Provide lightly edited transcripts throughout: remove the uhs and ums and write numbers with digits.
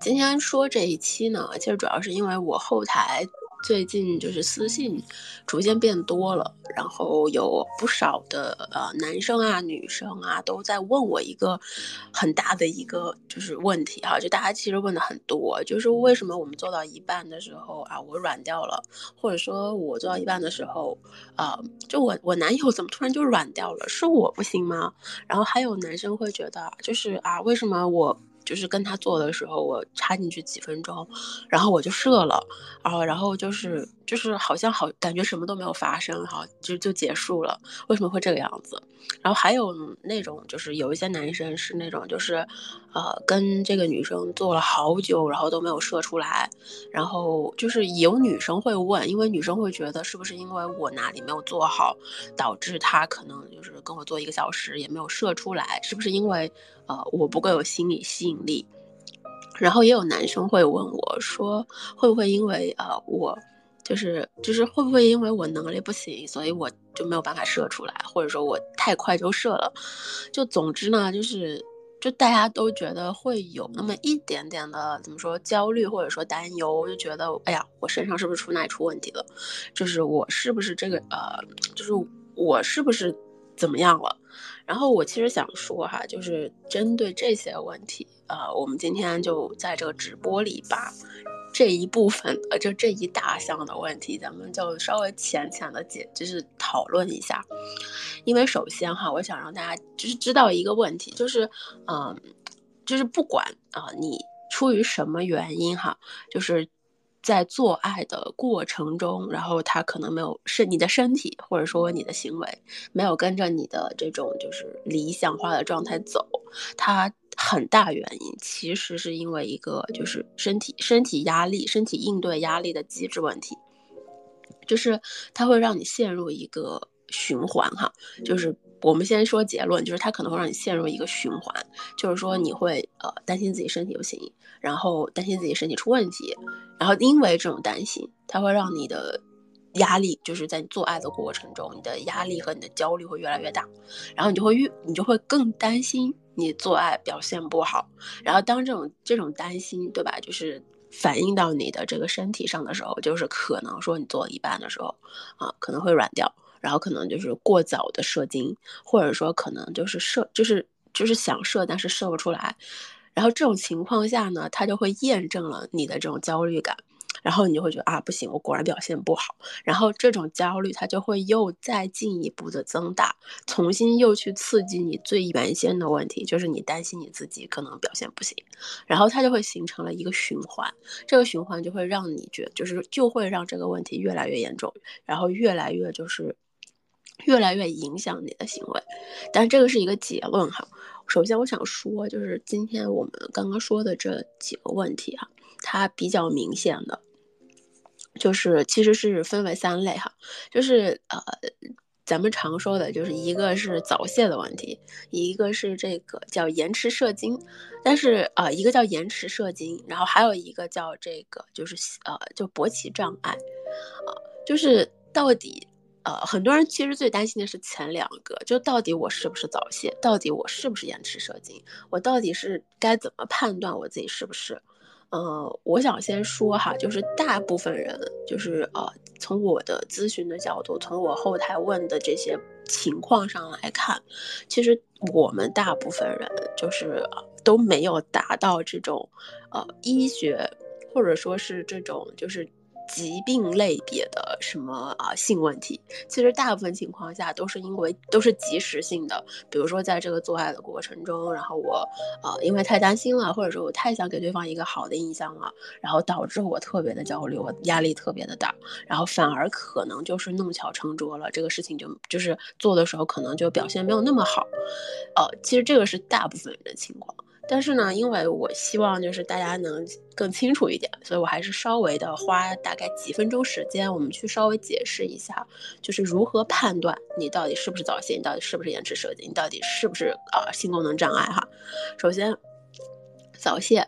今天说这一期呢，其实主要是因为我后台最近就是私信逐渐变多了，然后有不少的男生啊、女生啊都在问我一个很大的一个就是问题哈，就大家其实问的很多，就是为什么我们做到一半的时候啊我软掉了，或者说我做到一半的时候就我男友怎么突然就软掉了，是我不行吗？然后还有男生会觉得就是为什么我就是跟他做的时候，我插进去几分钟，然后我就射了，然后就是好像感觉什么都没有发生，就结束了，为什么会这个样子？然后还有那种就是有一些男生是那种就是跟这个女生做了好久，然后都没有射出来，然后就是有女生会问，因为女生会觉得是不是因为我哪里没有做好，导致他可能就是跟我做1个小时也没有射出来，是不是因为我不够有心理吸引力？然后也有男生会问我说，会不会因为我就是会不会因为我能力不行，所以我就没有办法射出来，或者说我太快就射了？就总之呢，就大家都觉得会有那么一点点的怎么说焦虑或者说担忧，就觉得哎呀，我身上是不是哪里出问题了？就是我是不是这个就是我是不是怎么样了？然后我其实想说哈，就是针对这些问题我们今天就在这个直播里把这一部分就这一大项的问题，咱们就稍微浅浅的就是讨论一下。因为首先哈，我想让大家就是知道一个问题，就是不管你出于什么原因哈，就是在做爱的过程中，然后他可能没有你的身体或者说你的行为没有跟着你的这种就是理想化的状态走，它很大原因其实是因为一个就是身体压力、身体应对压力的机制问题，就是它会让你陷入一个循环哈，就是我们先说结论，就是它可能会让你陷入一个循环，就是说你会担心自己身体不行，然后担心自己身体出问题，然后因为这种担心，它会让你的压力，就是在你做爱的过程中，你的压力和你的焦虑会越来越大，然后你就会更担心你做爱表现不好，然后当这种担心，对吧？就是反映到你的这个身体上的时候，就是可能说你做一半的时候可能会软掉，然后可能就是过早的射精，或者说可能就是想射但是射不出来，然后这种情况下呢，它就会验证了你的这种焦虑感，然后你就会觉得不行，我果然表现不好，然后这种焦虑它就会又再进一步的增大，重新又去刺激你最原先的问题，就是你担心你自己可能表现不行，然后它就会形成了一个循环，这个循环就会让你就会让这个问题越来越严重，然后越来越影响你的行为，但这个是一个结论哈。首先我想说，就是今天我们刚刚说的这几个问题它比较明显的，就是其实是分为3类哈，就是咱们常说的就是一个是早泄的问题，一个是这个叫延迟射精，但是一个叫延迟射精，然后还有一个叫这个就是就勃起障碍就是到底很多人其实最担心的是前2个，就到底我是不是早泄，到底我是不是延迟射精，我到底是该怎么判断我自己是不是？我想先说哈，就是大部分人就是从我的咨询的角度，从我后台问的这些情况上来看，其实我们大部分人就是都没有达到这种医学或者说是这种就是疾病类别的什么性问题，其实大部分情况下都是及时性的，比如说在这个做爱的过程中，然后我因为太担心了，或者说我太想给对方一个好的印象了，然后导致我特别的焦虑，我压力特别的大，然后反而可能就是弄巧成拙了，这个事情就是做的时候可能就表现没有那么好，其实这个是大部分人的情况。但是呢，因为我希望就是大家能更清楚一点，所以我还是稍微的花大概几分钟时间，我们去稍微解释一下，就是如何判断你到底是不是早泄，你到底是不是延迟射精，你到底是不是性功能障碍哈。首先，早泄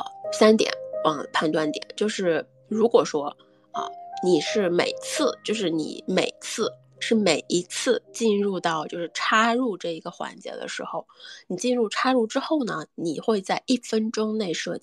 3点判断点就是如果说你是每一次进入到就是插入这一个环节的时候，你进入插入之后呢，你会在1分钟内射精，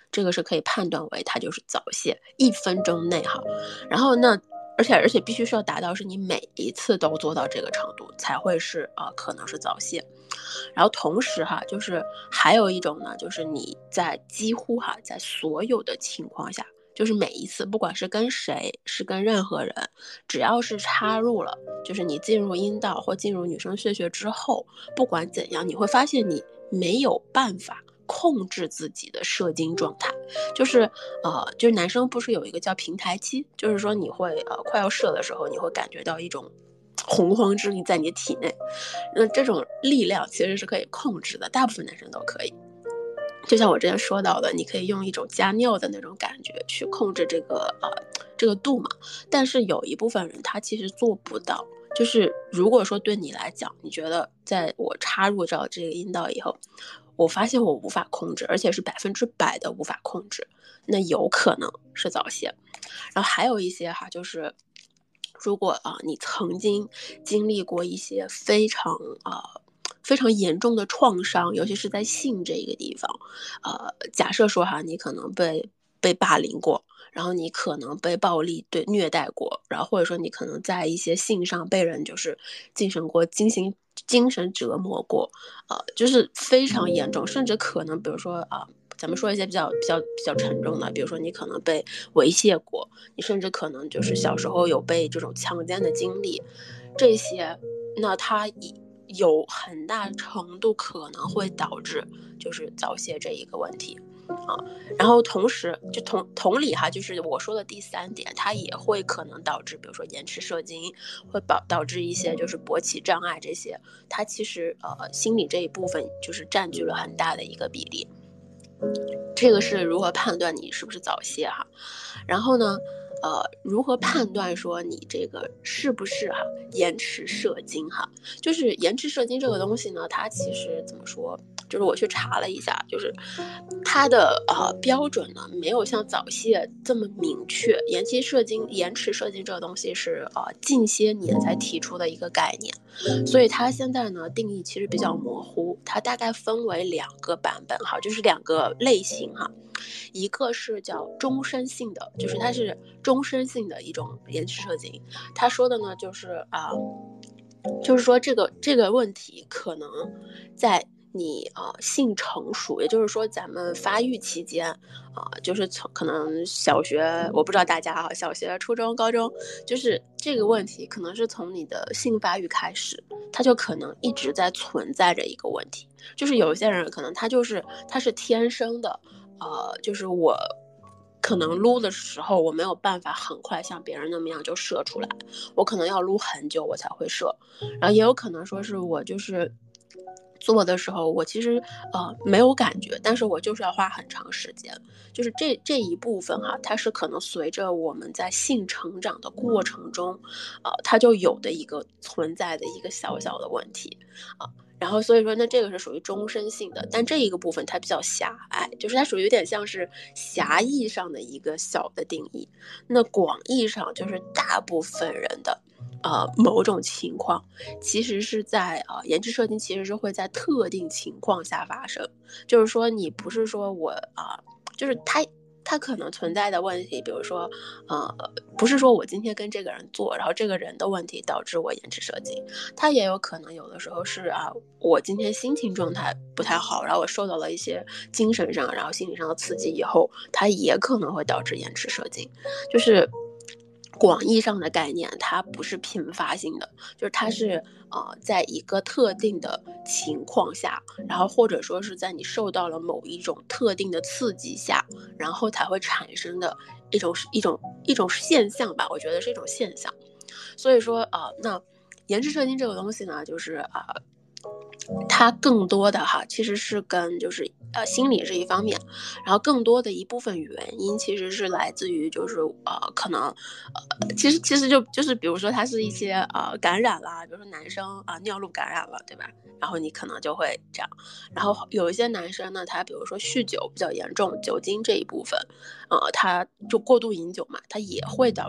这个是可以判断为它就是早泄，1分钟内哈。然后呢，而且必须是要达到是你每一次都做到这个程度才会是可能是早泄。然后同时哈，就是还有一种呢，就是你在几乎哈在所有的情况下，就是每一次不管是跟谁是跟任何人，只要是插入了，就是你进入阴道或进入女生穴穴之后，不管怎样，你会发现你没有办法控制自己的射精状态，就是男生不是有一个叫平台期，就是说你会快要射的时候，你会感觉到一种洪荒之力在你体内，那这种力量其实是可以控制的，大部分男生都可以。就像我之前说到的，你可以用一种加尿的那种感觉去控制这个度嘛，但是有一部分人他其实做不到。就是如果说对你来讲，你觉得在我插入到这个阴道以后，我发现我无法控制，而且是100%的无法控制，那有可能是早泄。然后还有一些哈，就是如果你曾经经历过一些非常严重的创伤，尤其是在性这个地方，假设说哈，你可能被霸凌过，然后你可能被暴力虐待过，然后或者说你可能在一些性上被人就是进行过精神折磨过，就是非常严重，甚至可能比如说咱们说一些比较沉重的，比如说你可能被猥亵过，你甚至可能就是小时候有被这种强奸的经历，这些，那它有很大程度可能会导致就是早泄这一个问题。然后同时就同理哈，就是我说的第3点，它也会可能导致，比如说延迟射精，会导致一些就是勃起障碍这些，它其实心理这一部分就是占据了很大的一个比例。这个是如何判断你是不是早泄哈？然后呢，如何判断说你这个是不是延迟射精哈？就是延迟射精这个东西呢，它其实怎么说？就是我去查了一下，就是它的标准呢没有像早泄这么明确。延迟射精这个东西是近些年才提出的一个概念，所以它现在呢定义其实比较模糊，它大概分为2个版本哈，就是2个类型哈。一个是叫终身性的，就是它是终身性的一种延迟射精，他说的呢就是就是说这个问题可能在你性成熟，也就是说咱们发育期间就是从可能小学，我不知道大家小学、初中、高中，就是这个问题可能是从你的性发育开始，它就可能一直在存在着一个问题。就是有些人可能他是天生的，就是我可能撸的时候我没有办法很快像别人那么样就射出来，我可能要撸很久我才会射，然后也有可能说是我就是做的时候我其实没有感觉，但是我就是要花很长时间，就是这一部分哈，它是可能随着我们在性成长的过程中它就有的一个存在的一个小小的问题然后所以说那这个是属于终身性的，但这一个部分它比较狭隘，就是它属于有点像是狭义上的一个小的定义，那广义上就是大部分人的某种情况其实是在延迟射精其实是会在特定情况下发生，就是说你不是说我就是它可能存在的问题，比如说不是说我今天跟这个人做，然后这个人的问题导致我延迟射精，它也有可能有的时候是我今天心情状态不太好，然后我受到了一些精神上然后心理上的刺激以后，它也可能会导致延迟射精，就是广义上的概念它不是频发性的，就是它是在一个特定的情况下，然后或者说是在你受到了某一种特定的刺激下，然后才会产生的一种现象吧，我觉得是一种现象。所以说那延迟射精这个东西呢，就是它更多的其实是跟就是心理这一方面，然后更多的一部分原因其实是来自于就是可能其实就是比如说它是一些感染啦，比如说男生尿路感染了，对吧？然后你可能就会这样，然后有一些男生呢，他比如说酗酒比较严重，酒精这一部分他就过度饮酒嘛，他也会导致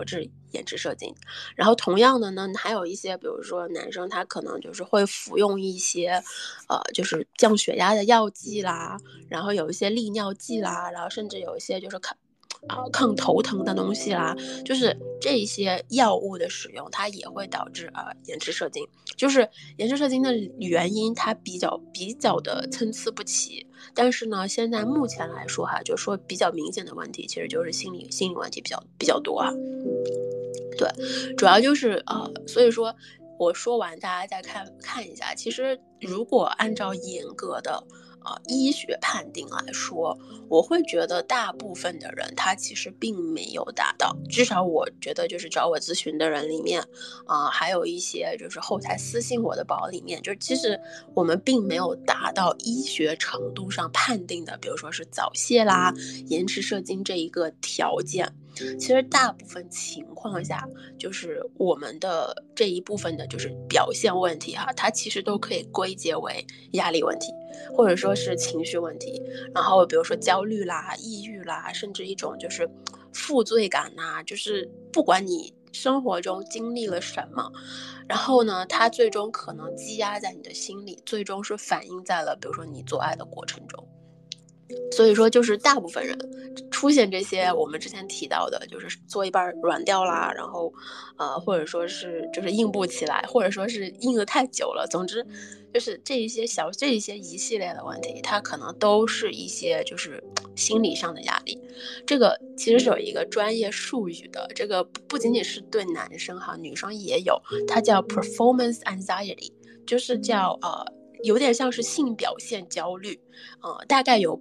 延迟射精。然后同样的呢，还有一些比如说男生他可能就是会服用一些就是降血压的药剂啦，然后有一些利尿剂啦，然后甚至有一些就是抗头疼的东西啦，就是这些药物的使用，它也会导致延迟射精。就是延迟射精的原因，它比较的参差不齐。但是呢，现在目前来说哈，就说比较明显的问题，其实就是心理问题比较多哈。对，主要就是所以说我说完，大家再看一下，其实如果按照严格的医学判定来说，我会觉得大部分的人他其实并没有达到，至少我觉得就是找我咨询的人里面还有一些就是后台私信我的宝里面，就是其实我们并没有达到医学程度上判定的，比如说是早泄啦、延迟射精这一个条件。其实大部分情况下，就是我们的这一部分的就是表现问题哈，它其实都可以归结为压力问题，或者说是情绪问题，然后比如说焦虑啦、抑郁啦，甚至一种就是负罪感呐，就是不管你生活中经历了什么，然后呢，它最终可能积压在你的心里，最终是反映在了比如说你做爱的过程中。所以说就是大部分人出现这些我们之前提到的，就是做一半软掉啦，然后或者说是就是硬不起来，或者说是硬得太久了，总之就是这一些一系列的问题，它可能都是一些就是心理上的压力。这个其实是有一个专业术语的，这个不仅仅是对男生哈，女生也有，它叫 performance anxiety， 就是叫有点像是性表现焦虑，大概有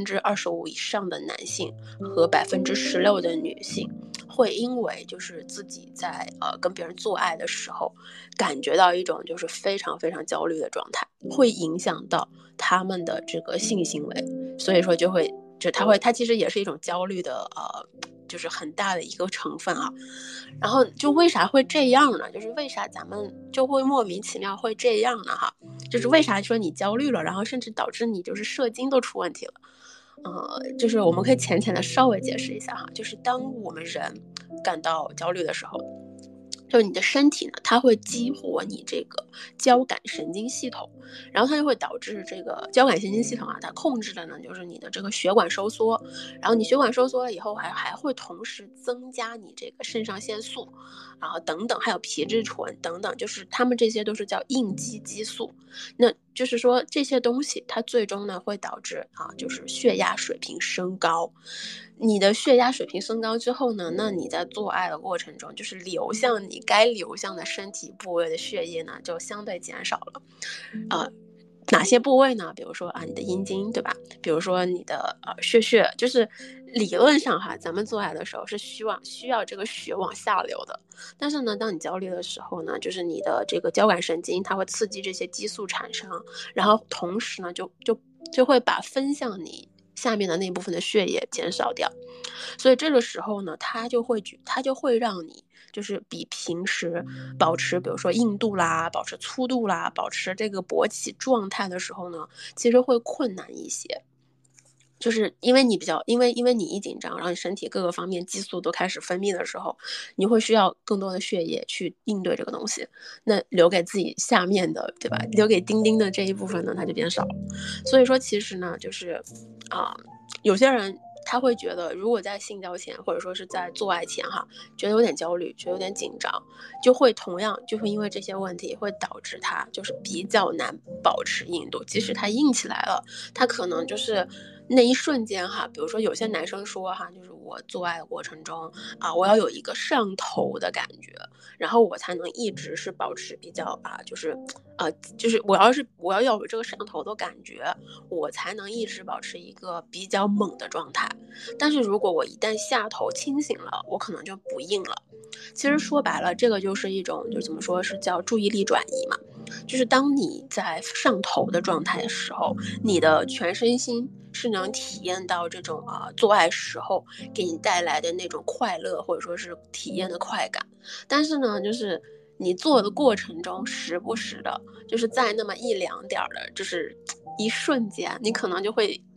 25%以上的男性和16%的女性会因为就是自己在跟别人做爱的时候，感觉到一种就是非常非常焦虑的状态，会影响到他们的这个性行为，所以说它其实也是一种焦虑的就是很大的一个成分啊。然后就为啥会这样呢？就是为啥咱们就会莫名其妙会这样呢？哈，就是为啥说你焦虑了，然后甚至导致你就是射精都出问题了。就是我们可以浅浅的稍微解释一下哈，就是当我们人感到焦虑的时候，就是你的身体呢，它会激活你这个交感神经系统，然后它就会导致这个交感神经系统它控制的呢就是你的这个血管收缩，然后你血管收缩了以后还会同时增加你这个肾上腺素，然后等等，还有皮质醇等等，就是它们这些都是叫应激激素。那就是说这些东西它最终呢会导致就是血压水平升高。你的血压水平升高之后呢，那你在做爱的过程中，就是流向你该流向的身体部位的血液呢，就相对减少了。哪些部位呢？比如说你的阴茎，对吧？比如说你的血，就是理论上哈，咱们做爱的时候是需要这个血往下流的。但是呢，当你焦虑的时候呢，就是你的这个交感神经它会刺激这些激素产生，然后同时呢就会把分向你下面的那部分的血液减少掉。所以这个时候呢，它就会让你就是比平时保持比如说硬度啦，保持粗度啦，保持这个勃起状态的时候呢，其实会困难一些。就是因为你一紧张，然后你身体各个方面激素都开始分泌的时候，你会需要更多的血液去应对这个东西，那留给自己下面的，对吧？留给丁丁的这一部分呢，它就变少了。所以说其实呢，就是有些人他会觉得，如果在性交前或者说是在做爱前哈，觉得有点焦虑，觉得有点紧张，就会因为这些问题会导致他就是比较难保持硬度，即使他硬起来了，他可能就是那一瞬间哈，比如说有些男生说哈，就是我做爱的过程中我要有一个上头的感觉，然后我才能一直是保持比较就是我要有这个上头的感觉，我才能一直保持一个比较猛的状态。但是如果我一旦下头清醒了，我可能就不硬了。其实说白了，这个就是一种就怎么说是叫注意力转移嘛，就是当你在上头的状态的时候，你的全身心是能体验到这种做爱时候给你带来的那种快乐，或者说是体验的快感。但是呢，就是你做的过程中，时不时的，就是在那么一两点的，就是一瞬间，你可能就会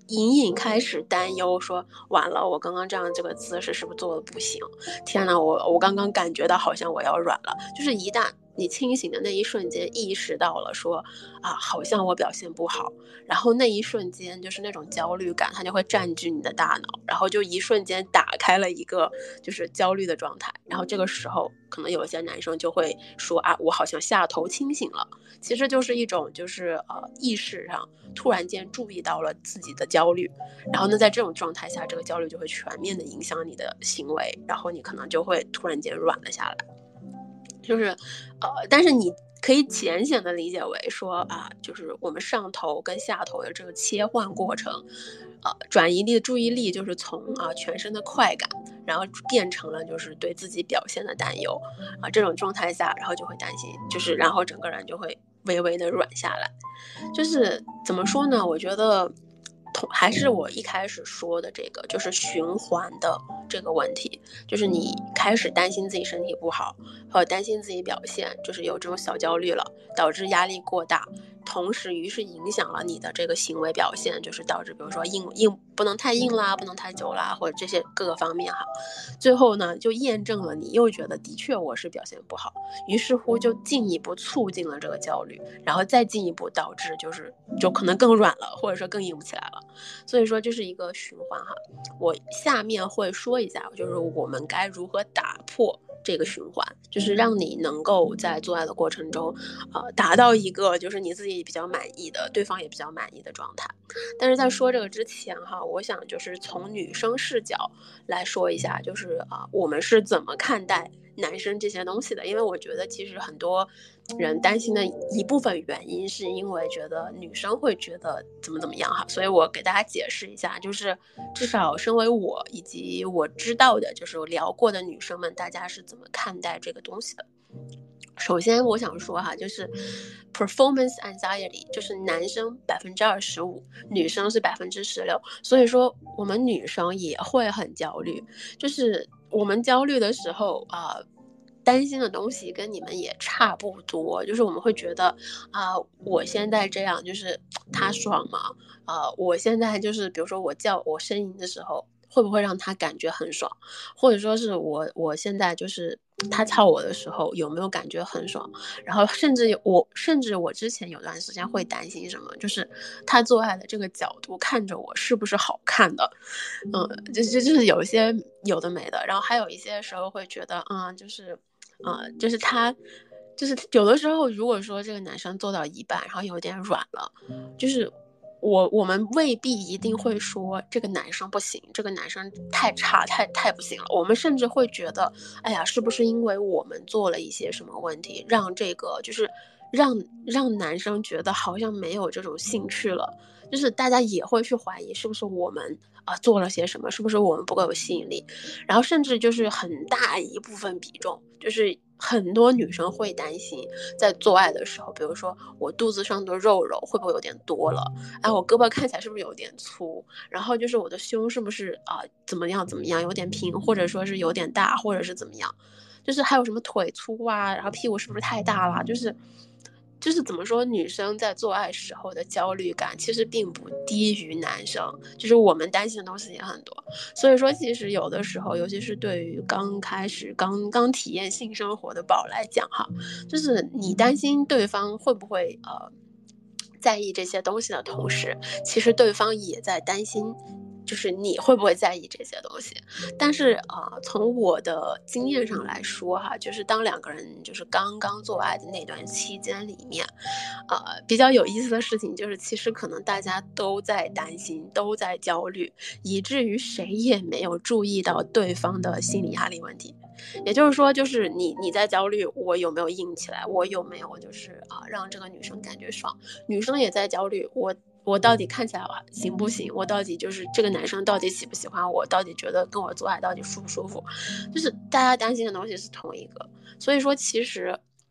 隐隐开始担忧说，完了，我刚刚这样这个姿势是不是做的不行？天哪，我刚刚感觉到好像我要软了。就是一旦你清醒的那一瞬间意识到了说好像我表现不好，然后那一瞬间就是那种焦虑感，它就会占据你的大脑，然后就一瞬间打开了一个就是焦虑的状态。然后这个时候可能有些男生就会说我好像下头清醒了，其实就是一种就是意识上突然间注意到了自己的焦虑，然后呢在这种状态下，这个焦虑就会全面的影响你的行为，然后你可能就会突然间软了下来。就是但是你可以浅显的理解为说就是我们上头跟下头的这个切换过程，转移的注意力就是从全身的快感，然后变成了就是对自己表现的担忧这种状态下，然后就会担心，就是然后整个人就会微微的软下来。就是怎么说呢？我觉得还是我一开始说的这个，就是循环的这个问题，就是你开始担心自己身体不好，或者担心自己表现，就是有这种小焦虑了，导致压力过大，同时于是影响了你的这个行为表现，就是导致比如说硬不能太硬啦，不能太久啦，或者这些各个方面哈。最后呢，就验证了你又觉得的确我是表现不好，于是乎就进一步促进了这个焦虑，然后再进一步导致就可能更软了，或者说更硬不起来了。所以说这是一个循环哈。我下面会说一下，就是我们该如何打破这个循环，就是让你能够在做爱的过程中达到一个就是你自己比较满意的，对方也比较满意的状态。但是在说这个之前哈，我想就是从女生视角来说一下，就是我们是怎么看待男生这些东西的。因为我觉得其实很多人担心的一部分原因是因为觉得女生会觉得怎么样哈，所以我给大家解释一下，就是至少身为我以及我知道的就是我聊过的女生们，大家是怎么看待这个东西的。首先我想说哈，就是 performance anxiety， 就是男生25%，女生是16%，所以说我们女生也会很焦虑，就是我们焦虑的时候担心的东西跟你们也差不多，就是我们会觉得我现在这样就是他爽吗？我现在就是比如说我呻吟的时候，会不会让他感觉很爽？或者说是我现在就是他操我的时候有没有感觉很爽？然后甚至我之前有段时间会担心什么，就是他做爱的这个角度看着我是不是好看的？就是有一些有的没的，然后还有一些时候会觉得就是他。就是有的时候，如果说这个男生做到一半，然后有点软了，就是我们未必一定会说这个男生不行，这个男生太差，太不行了。我们甚至会觉得，哎呀，是不是因为我们做了一些什么问题，让这个就是让男生觉得好像没有这种兴趣了。就是大家也会去怀疑，是不是我们做了些什么，是不是我们不够有吸引力，然后甚至就是很大一部分比重，就是很多女生会担心在做爱的时候，比如说我肚子上的肉会不会有点多了，我胳膊看起来是不是有点粗，然后就是我的胸是不是怎么样有点平，或者说是有点大，或者是怎么样，就是还有什么腿粗然后屁股是不是太大了，就是怎么说，女生在做爱时候的焦虑感其实并不低于男生，就是我们担心的东西也很多。所以说，其实有的时候，尤其是对于刚开始刚体验性生活的宝来讲哈，就是你担心对方会不会在意这些东西的同时，其实对方也在担心。就是你会不会在意这些东西？但是从我的经验上来说哈，就是当两个人就是刚刚做爱的那段期间里面，比较有意思的事情就是，其实可能大家都在担心，都在焦虑，以至于谁也没有注意到对方的心理压力问题。也就是说，就是你在焦虑，我有没有硬起来，我有没有就是让这个女生感觉爽，女生也在焦虑，我到底看起来行不行？我到底就是这个男生到底喜不喜欢我？到底觉得跟我做爱到底舒不舒服？就是大家担心的东西是同一个。所以说，其实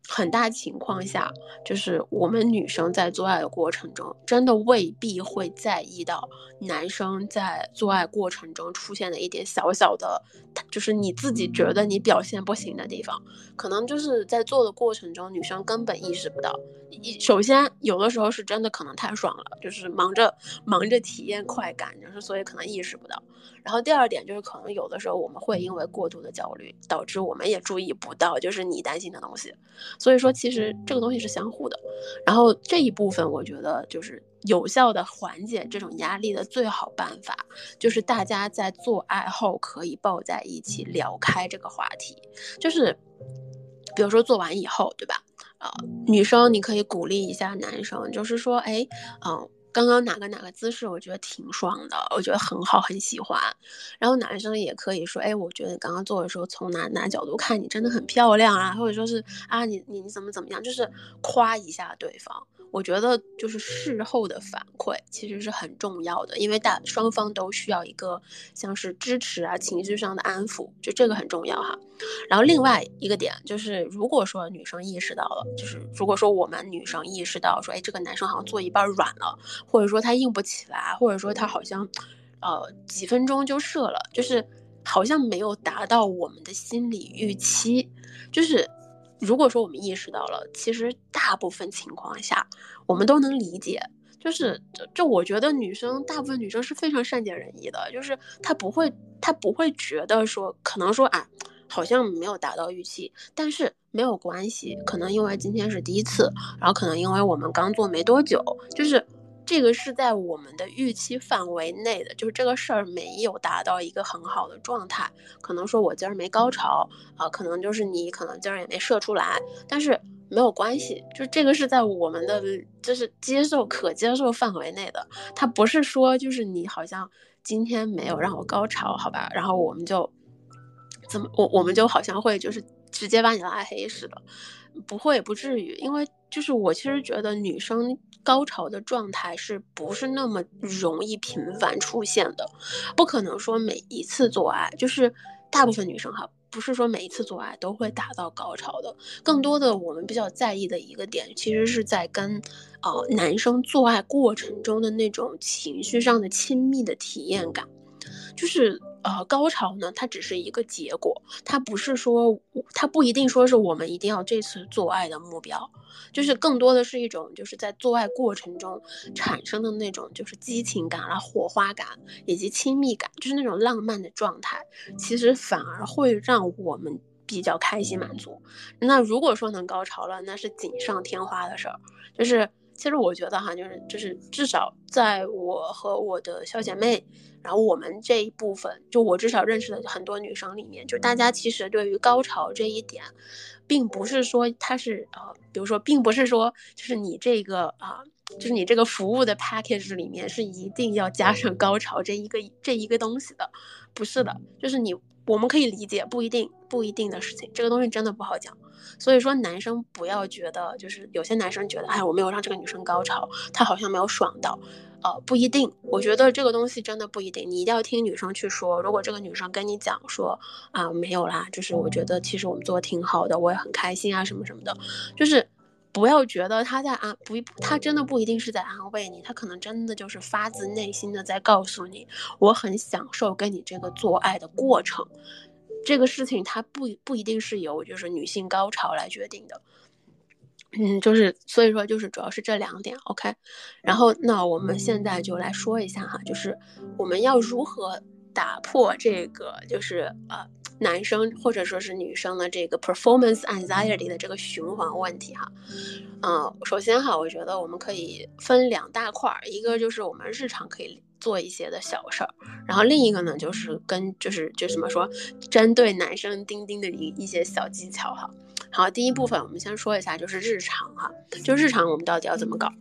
很大情况下，就是我们女生在做爱的过程中，真的未必会在意到男生在做爱过程中出现的一点小小的，就是你自己觉得你表现不行的地方，可能就是在做的过程中，女生根本意识不到。首先，有的时候是真的可能太爽了，就是忙着体验快感，就是所以可能意识不到。然后第二点就是可能有的时候我们会因为过度的焦虑，导致我们也注意不到就是你担心的东西。所以说其实这个东西是相互的。然后这一部分我觉得就是有效的缓解这种压力的最好办法，就是大家在做爱后可以抱在一起聊开这个话题。就是比如说做完以后，对吧？女生你可以鼓励一下男生，就是说，刚刚哪个姿势我觉得挺爽的，我觉得很好，很喜欢。然后男生也可以说，我觉得你刚刚做的时候从哪角度看你真的很漂亮啊，或者说是啊你怎么样，就是夸一下对方。我觉得就是事后的反馈其实是很重要的，因为双方都需要一个像是支持啊情绪上的安抚，就这个很重要哈。然后另外一个点就是，如果说女生意识到了，就是如果说我们女生意识到说，这个男生好像做一半软了，或者说他硬不起来，或者说他好像，几分钟就射了，就是好像没有达到我们的心理预期，就是如果说我们意识到了，其实大部分情况下我们都能理解。就是我觉得大部分女生是非常善解人意的，就是她不会觉得说可能说好像没有达到预期，但是没有关系，可能因为今天是第一次，然后可能因为我们刚做没多久，就是这个是在我们的预期范围内的，就是这个事儿没有达到一个很好的状态，可能说我今儿没高潮可能就是你可能今儿也没射出来，但是没有关系，就这个是在我们的就是可接受范围内的，它不是说就是你好像今天没有让我高潮，好吧，然后我们就我们就好像会就是直接把你拉黑似的，不会不至于，因为就是我其实觉得女生高潮的状态是不是那么容易频繁出现的，不可能说每一次做爱，就是大部分女生哈，不是说每一次做爱都会达到高潮的，更多的我们比较在意的一个点，其实是在跟男生做爱过程中的那种情绪上的亲密的体验感。就是高潮呢，它只是一个结果，它不一定说是我们一定要这次做爱的目标，就是更多的是一种就是在做爱过程中产生的那种就是激情感啊、火花感以及亲密感，就是那种浪漫的状态，其实反而会让我们比较开心满足。那如果说能高潮了，那是锦上添花的事儿，就是其实我觉得哈，就是至少在我和我的小姐妹，然后我们这一部分，就我至少认识的很多女生里面，就大家其实对于高潮这一点，并不是说它是比如说，并不是说就是你这个就是你这个服务的 package 里面是一定要加上高潮这一个东西的，不是的，就是我们可以理解不一定的事情，这个东西真的不好讲。所以说男生不要觉得，就是有些男生觉得，我没有让这个女生高潮，她好像没有爽到，不一定。我觉得这个东西真的不一定，你一定要听女生去说。如果这个女生跟你讲说没有啦，就是我觉得其实我们做的挺好的，我也很开心啊什么什么的，就是不要觉得他他真的不一定是在安慰你，他可能真的就是发自内心的在告诉你，我很享受跟你这个做爱的过程。这个事情它不一定是由就是女性高潮来决定的，就是所以说就是主要是这两点 ，OK。然后那我们现在就来说一下哈，就是我们要如何打破这个就是男生或者说是女生的这个 performance anxiety 的这个循环问题哈。首先哈，我觉得我们可以分两大块，一个就是我们日常可以做一些的小事儿，然后另一个呢就是就怎么说，针对男生钉钉的一些小技巧哈。好，第一部分我们先说一下就是日常哈，就日常我们到底要怎么搞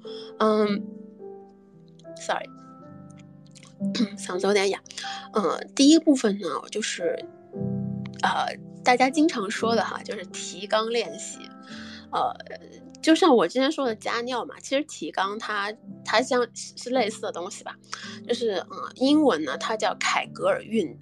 ？sorry， 嗓子有点哑。第一部分呢就是大家经常说的哈，就是提肛练习。就像我之前说的加尿嘛，其实提肛它像是类似的东西吧，就是英文呢它叫凯格尔运动，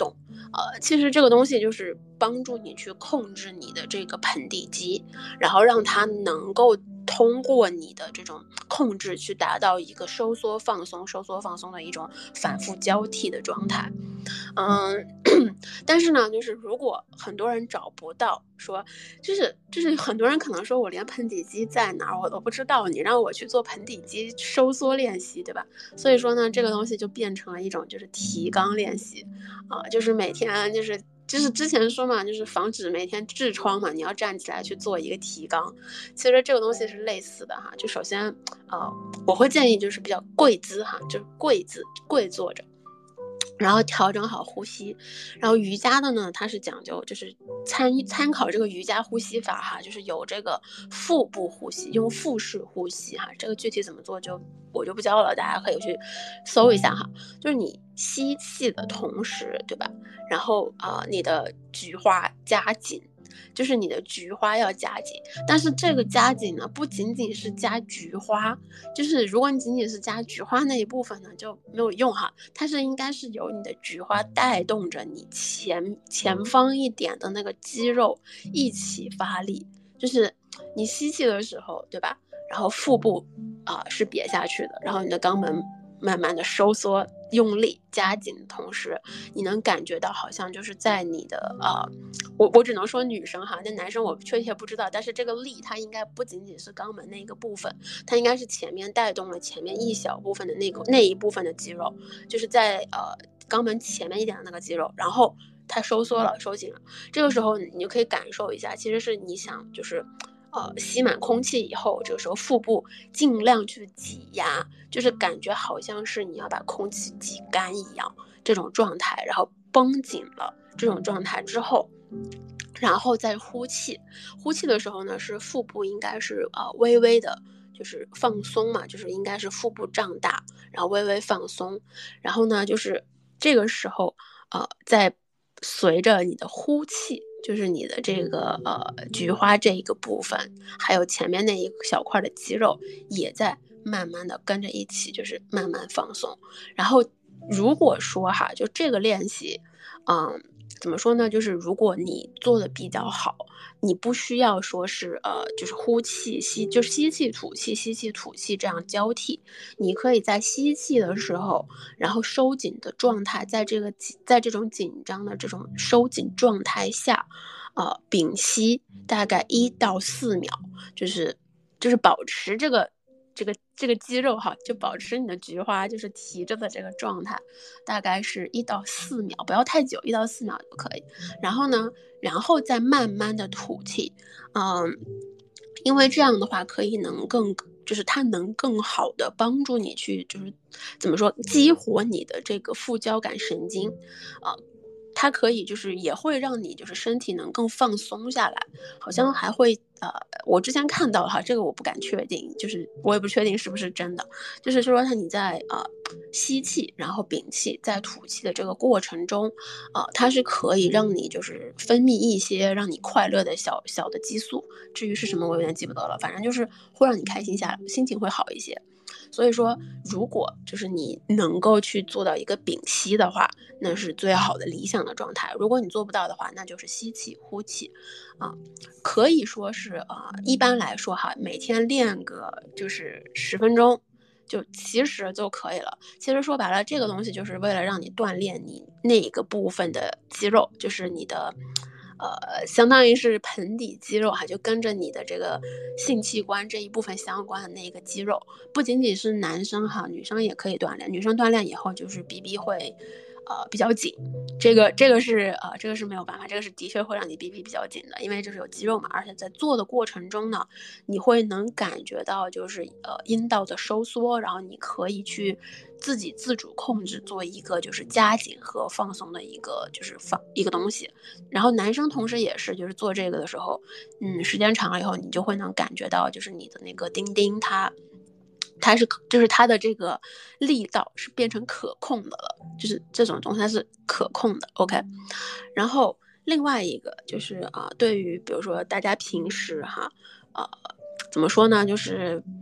其实这个东西就是帮助你去控制你的这个盆底肌，然后让它能够通过你的这种控制去达到一个收缩放松、收缩放松的一种反复交替的状态。但是呢，就是如果很多人找不到，说就是很多人可能说我连盆底肌在哪儿我都不知道，你让我去做盆底肌收缩练习，对吧？所以说呢，这个东西就变成了一种就是提肛练习就是每天就是之前说嘛，就是防止每天痔疮嘛，你要站起来去做一个提肛。其实这个东西是类似的哈，就首先我会建议就是比较跪姿哈，就是跪坐着。然后调整好呼吸，然后瑜伽的呢，它是讲究就是参考这个瑜伽呼吸法哈，就是有这个腹部呼吸，用腹式呼吸哈，这个具体怎么做我就不教了，大家可以去搜一下哈。就是你吸气的同时，对吧？然后你的菊花夹紧。就是你的菊花要夹紧，但是这个夹紧呢，不仅仅是夹菊花，就是如果你仅仅是夹菊花那一部分呢，就没有用哈。它是应该是由你的菊花带动着你前方一点的那个肌肉一起发力，就是你吸气的时候，对吧？然后腹部是瘪下去的，然后你的肛门慢慢的收缩。用力加紧的同时，你能感觉到好像就是在你的我只能说女生哈，那男生我确切不知道，但是这个力它应该不仅仅是肛门那个部分，它应该是前面带动了前面一小部分的那一部分的肌肉，就是在肛门前面一点的那个肌肉，然后它收缩了收紧了，这个时候你就可以感受一下，其实是你想就是吸满空气以后，这个时候腹部尽量去挤压，就是感觉好像是你要把空气挤干一样这种状态，然后绷紧了这种状态之后，然后再呼气。呼气的时候呢，是腹部应该是微微的，就是放松嘛，就是应该是腹部胀大，然后微微放松。然后呢，就是这个时候再随着你的呼气。就是你的这个菊花这一个部分，还有前面那一小块的肌肉，也在慢慢的跟着一起，就是慢慢放松。然后如果说哈，就这个练习，怎么说呢？就是如果你做的比较好，你不需要说是就是呼气就是吸气吐气，吸气吐气这样交替，你可以在吸气的时候，然后收紧的状态，在这种紧张的这种收紧状态下，屏息大概1到4秒，就是保持这个肌肉哈，就保持你的菊花就是提着的这个状态，大概是1到4秒，不要太久，1到4秒就可以。然后呢，然后再慢慢的吐气，因为这样的话就是它能更好的帮助你去就是怎么说激活你的这个副交感神经，它可以就是也会让你就是身体能更放松下来，好像还会我之前看到哈，这个我不敢确定，就是我也不确定是不是真的，就是说你在吸气然后屏气在吐气的这个过程中，它是可以让你就是分泌一些让你快乐的小小的激素，至于是什么我有点记不得了，反正就是会让你开心下来，心情会好一些。所以说，如果就是你能够去做到一个屏息的话，那是最好的理想的状态。如果你做不到的话，那就是吸气、呼气，可以说是一般来说哈，每天练个就是10分钟，就其实就可以了。其实说白了，这个东西就是为了让你锻炼你那个部分的肌肉，就是你的。相当于是盆底肌肉哈，就跟着你的这个性器官这一部分相关的那个肌肉，不仅仅是男生哈，女生也可以锻炼。女生锻炼以后就是鼻鼻会，比较紧，这个是没有办法，这个是的确会让你鼻鼻比较紧的，因为这是有肌肉嘛，而且在做的过程中呢，你会能感觉到就是阴道的收缩，然后你可以去自己自主控制做一个就是夹紧和放松的一个就是一个东西。然后男生同时也是，就是做这个的时候，时间长了以后，你就会能感觉到，就是你的那个丁丁就是它的这个力道是变成可控的了，就是这种东西它是可控的。OK，然后另外一个就是对于比如说大家平时哈，怎么说呢，就是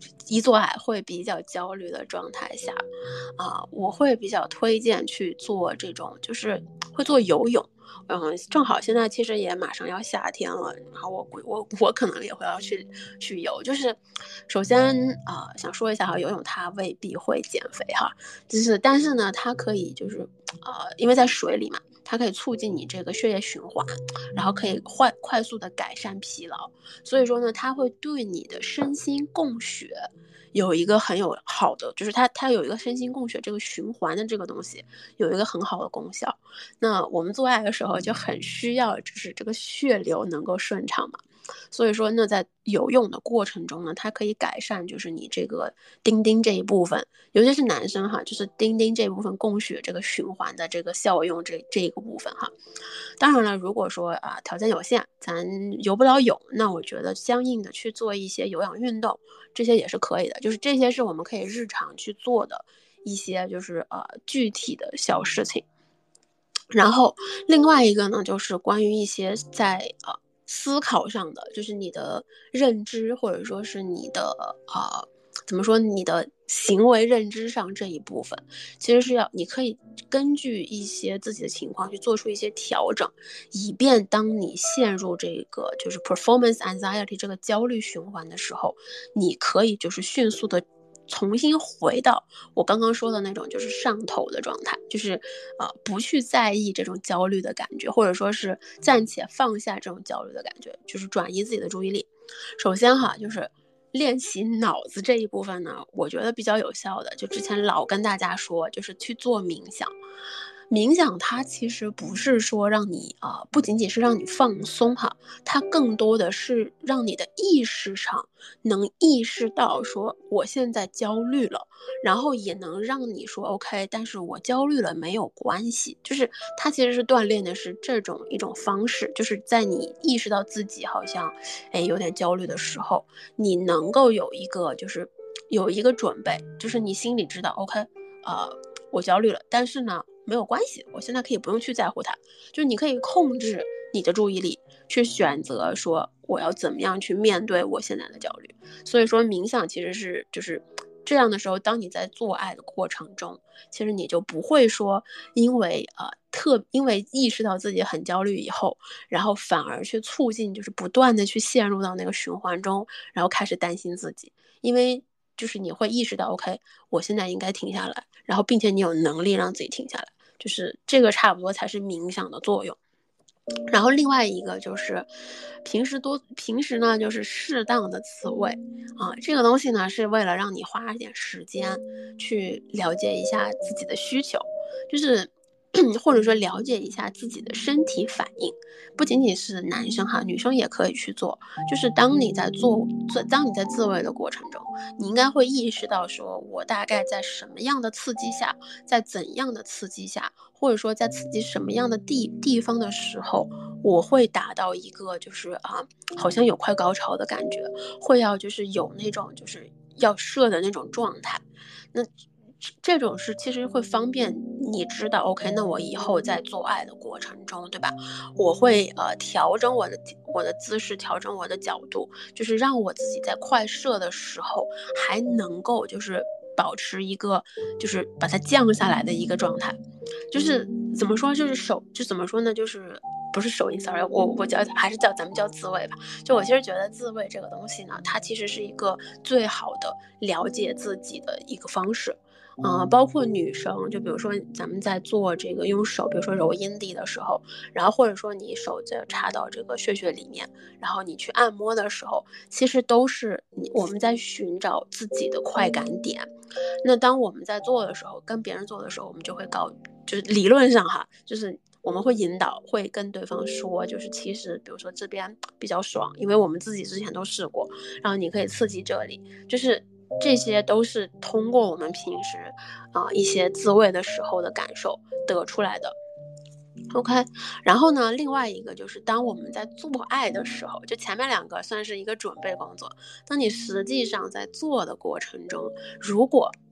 一做爱会比较焦虑的状态下，我会比较推荐去做这种，就是会做游泳。正好现在其实也马上要夏天了，然后我可能也会要去游。就是首先想说一下哈，游泳它未必会减肥哈，但是呢，它可以就是因为在水里嘛，它可以促进你这个血液循环，然后可以快速的改善疲劳，所以说呢，它会对你的身心供血有一个很有好的，就是它有一个身心供血这个循环的这个东西有一个很好的功效。那我们做爱的时候就很需要，就是这个血流能够顺畅嘛。所以说呢，在游泳的过程中呢，它可以改善就是你这个丁丁这一部分，尤其是男生哈，就是丁丁这一部分供血这个循环的这个效用这一个部分哈。当然了，如果说条件有限，咱游不了泳，那我觉得相应的去做一些有氧运动，这些也是可以的。就是这些是我们可以日常去做的一些就是具体的小事情。然后另外一个呢，就是关于一些在思考上的，就是你的认知或者说是你的怎么说，你的行为认知上这一部分，其实是你可以根据一些自己的情况去做出一些调整，以便当你陷入这个就是 performance anxiety 这个焦虑循环的时候，你可以就是迅速的重新回到我刚刚说的那种就是上头的状态，就是不去在意这种焦虑的感觉，或者说是暂且放下这种焦虑的感觉，就是转移自己的注意力。首先哈，就是练习脑子这一部分呢，我觉得比较有效的，就之前老跟大家说，就是去做冥想。冥想它其实不是说让你不仅仅是让你放松哈，它更多的是让你的意识上能意识到说我现在焦虑了，然后也能让你说 OK， 但是我焦虑了没有关系，就是它其实是锻炼的是这种一种方式，就是在你意识到自己好像有点焦虑的时候，你能够有一个准备，就是你心里知道 OK，我焦虑了，但是呢没有关系，我现在可以不用去在乎它，就是你可以控制你的注意力，去选择说我要怎么样去面对我现在的焦虑。所以说冥想其实是就是这样的时候，当你在做爱的过程中，其实你就不会说因为意识到自己很焦虑以后，然后反而去促进就是不断的去陷入到那个循环中，然后开始担心自己，因为就是你会意识到 OK， 我现在应该停下来，然后并且你有能力让自己停下来，就是这个差不多才是冥想的作用。然后另外一个就是平时呢就是适当的自慰这个东西呢是为了让你花一点时间去了解一下自己的需求，就是或者说了解一下自己的身体反应，不仅仅是男生哈，女生也可以去做。就是当你在自慰的过程中，你应该会意识到说，我大概在什么样的刺激下，在怎样的刺激下，或者说在刺激什么样的地方的时候，我会达到一个就是好像有快高潮的感觉，会要就是有那种就是要射的那种状态。那这种是其实会方便你知道 OK， 那我以后在做爱的过程中，对吧？我会调整我的姿势，调整我的角度，就是让我自己在快射的时候还能够就是保持一个就是把它降下来的一个状态。就是怎么说，就是怎么说呢，就是不是手淫 sorry， 我还是咱们叫自慰吧。就我其实觉得自慰这个东西呢，它其实是一个最好的了解自己的一个方式。包括女生，就比如说咱们在做这个用手，比如说揉阴蒂的时候，然后或者说你手在插到这个穴里面，然后你去按摩的时候，其实都是我们在寻找自己的快感点。那当我们在做的时候，跟别人做的时候，我们就会就是理论上哈，就是我们会引导，会跟对方说，就是其实比如说这边比较爽，因为我们自己之前都试过，然后你可以刺激这里，就是这些都是通过我们平时一些自慰的时候的感受得出来的。OK，然后呢，另外一个就是当我们在做爱的时候，就前面两个算是一个准备工作，当你实际上在做的过程中，如果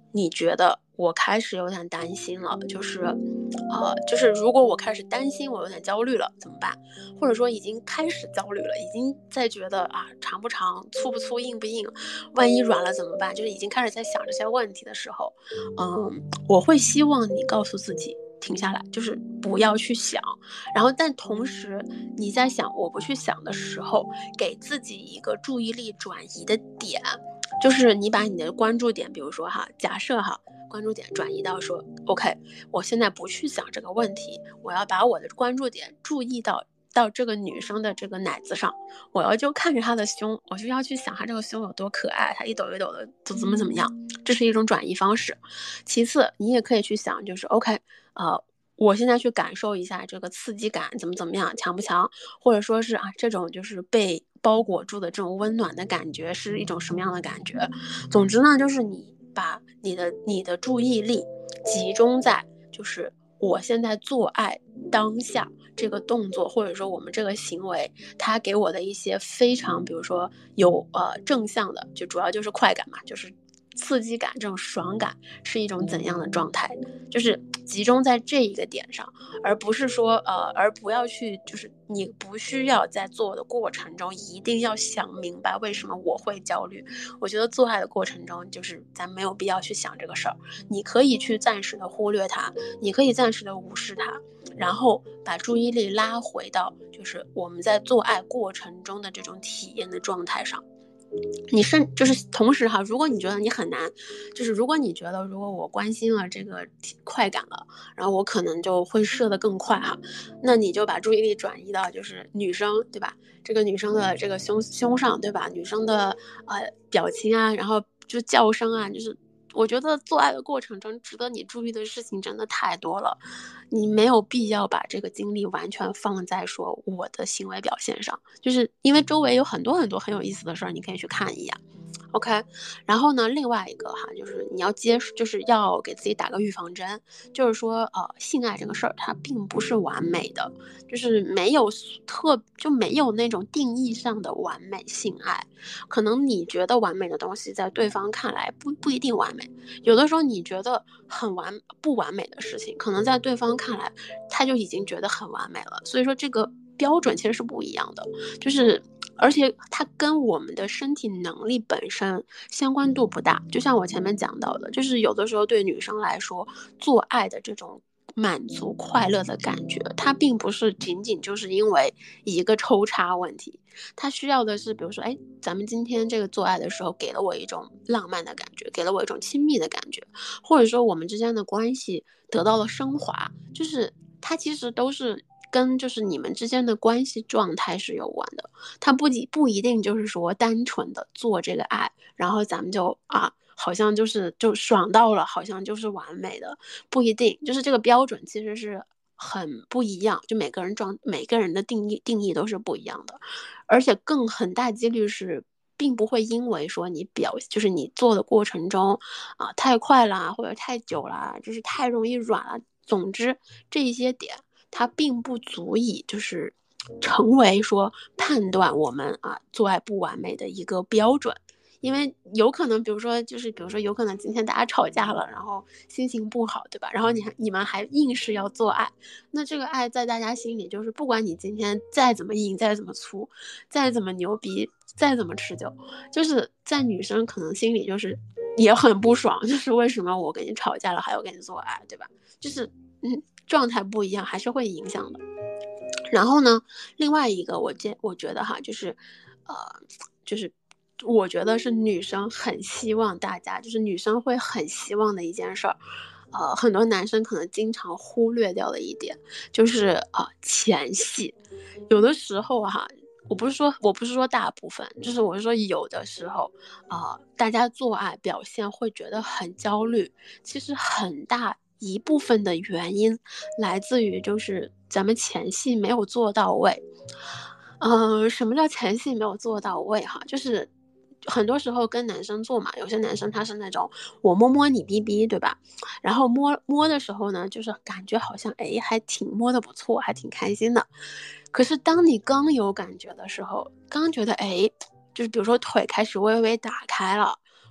你觉得我开始有点担心了，就是如果我开始担心我有点焦虑了怎么办？或者说已经开始焦虑了，已经在觉得啊长不长、粗不粗、硬不硬，万一软了怎么办？就是已经开始在想这些问题的时候，我会希望你告诉自己停下来，就是不要去想。然后但同时你在想我不去想的时候，给自己一个注意力转移的点，就是你把你的关注点，比如说假设关注点转移到说 OK， 我现在不去想这个问题，我要把我的关注点注意到这个女生的这个奶子上，我要就看着她的胸，我就要去想她这个胸有多可爱，她一抖一抖的怎么样，这是一种转移方式。其次你也可以去想，就是 OK， 我现在去感受一下这个刺激感怎么样，强不强，或者说是这种就是被包裹住的这种温暖的感觉是一种什么样的感觉。总之呢，就是你把你的注意力集中在就是我现在做爱当下这个动作，或者说我们这个行为它给我的一些非常比如说有正向的，就主要就是快感嘛，就是刺激感，这种爽感是一种怎样的状态，就是集中在这一个点上，而不是说而不要去就是你不需要在做的过程中一定要想明白为什么我会焦虑。我觉得做爱的过程中就是咱没有必要去想这个事儿，你可以去暂时的忽略它，你可以暂时的无视它，然后把注意力拉回到就是我们在做爱过程中的这种体验的状态上。就是同时如果你觉得你很难，就是如果你觉得如果我关心了这个快感了，然后我可能就会射得更快那你就把注意力转移到就是女生对吧，这个女生的这个胸上对吧，女生的表情然后就叫声就是我觉得做爱的过程中值得你注意的事情真的太多了，你没有必要把这个精力完全放在说我的行为表现上，就是因为周围有很多很多很有意思的事儿，你可以去看一眼。OK， 然后呢，另外一个就是你要就是要给自己打个预防针，就是说性爱这个事儿它并不是完美的，就是没有没有那种定义上的完美性爱，可能你觉得完美的东西在对方看来不一定完美，有的时候你觉得不完美的事情，可能在对方看来他就已经觉得很完美了，所以说这个标准其实是不一样的，就是而且它跟我们的身体能力本身相关度不大，就像我前面讲到的，就是有的时候对女生来说，做爱的这种满足快乐的感觉，它并不是仅仅就是因为一个抽插问题，它需要的是比如说咱们今天这个做爱的时候给了我一种浪漫的感觉，给了我一种亲密的感觉，或者说我们之间的关系得到了升华，就是它其实都是跟就是你们之间的关系状态是有关的，它不一定就是说单纯的做这个爱，然后咱们就好像就爽到了，好像就是完美的，不一定，就是这个标准其实是很不一样，就每个人的定义都是不一样的，而且很大几率是并不会因为说就是你做的过程中太快了或者太久了，就是太容易软了，总之这一些点它并不足以就是成为说判断我们做爱不完美的一个标准。因为有可能比如说有可能今天大家吵架了，然后心情不好对吧，然后你们还硬是要做爱，那这个爱在大家心里就是不管你今天再怎么硬再怎么粗再怎么牛逼再怎么持久，就是在女生可能心里就是也很不爽，就是为什么我跟你吵架了还要跟你做爱对吧，就是状态不一样还是会影响的。然后呢，另外一个我觉得就是就是我觉得是女生很希望大家，就是女生会很希望的一件事儿，很多男生可能经常忽略掉的一点，就是前戏。有的时候我不是说大部分，就是我是说有的时候大家做爱表现会觉得很焦虑，其实很大一部分的原因来自于就是咱们前戏没有做到位。什么叫前戏没有做到位就是很多时候跟男生做嘛，有些男生他是那种我摸摸你逼逼对吧，然后摸的时候呢，就是感觉好像还挺摸得不错，还挺开心的。可是当你刚有感觉的时候，刚觉得就是比如说腿开始微微打开了，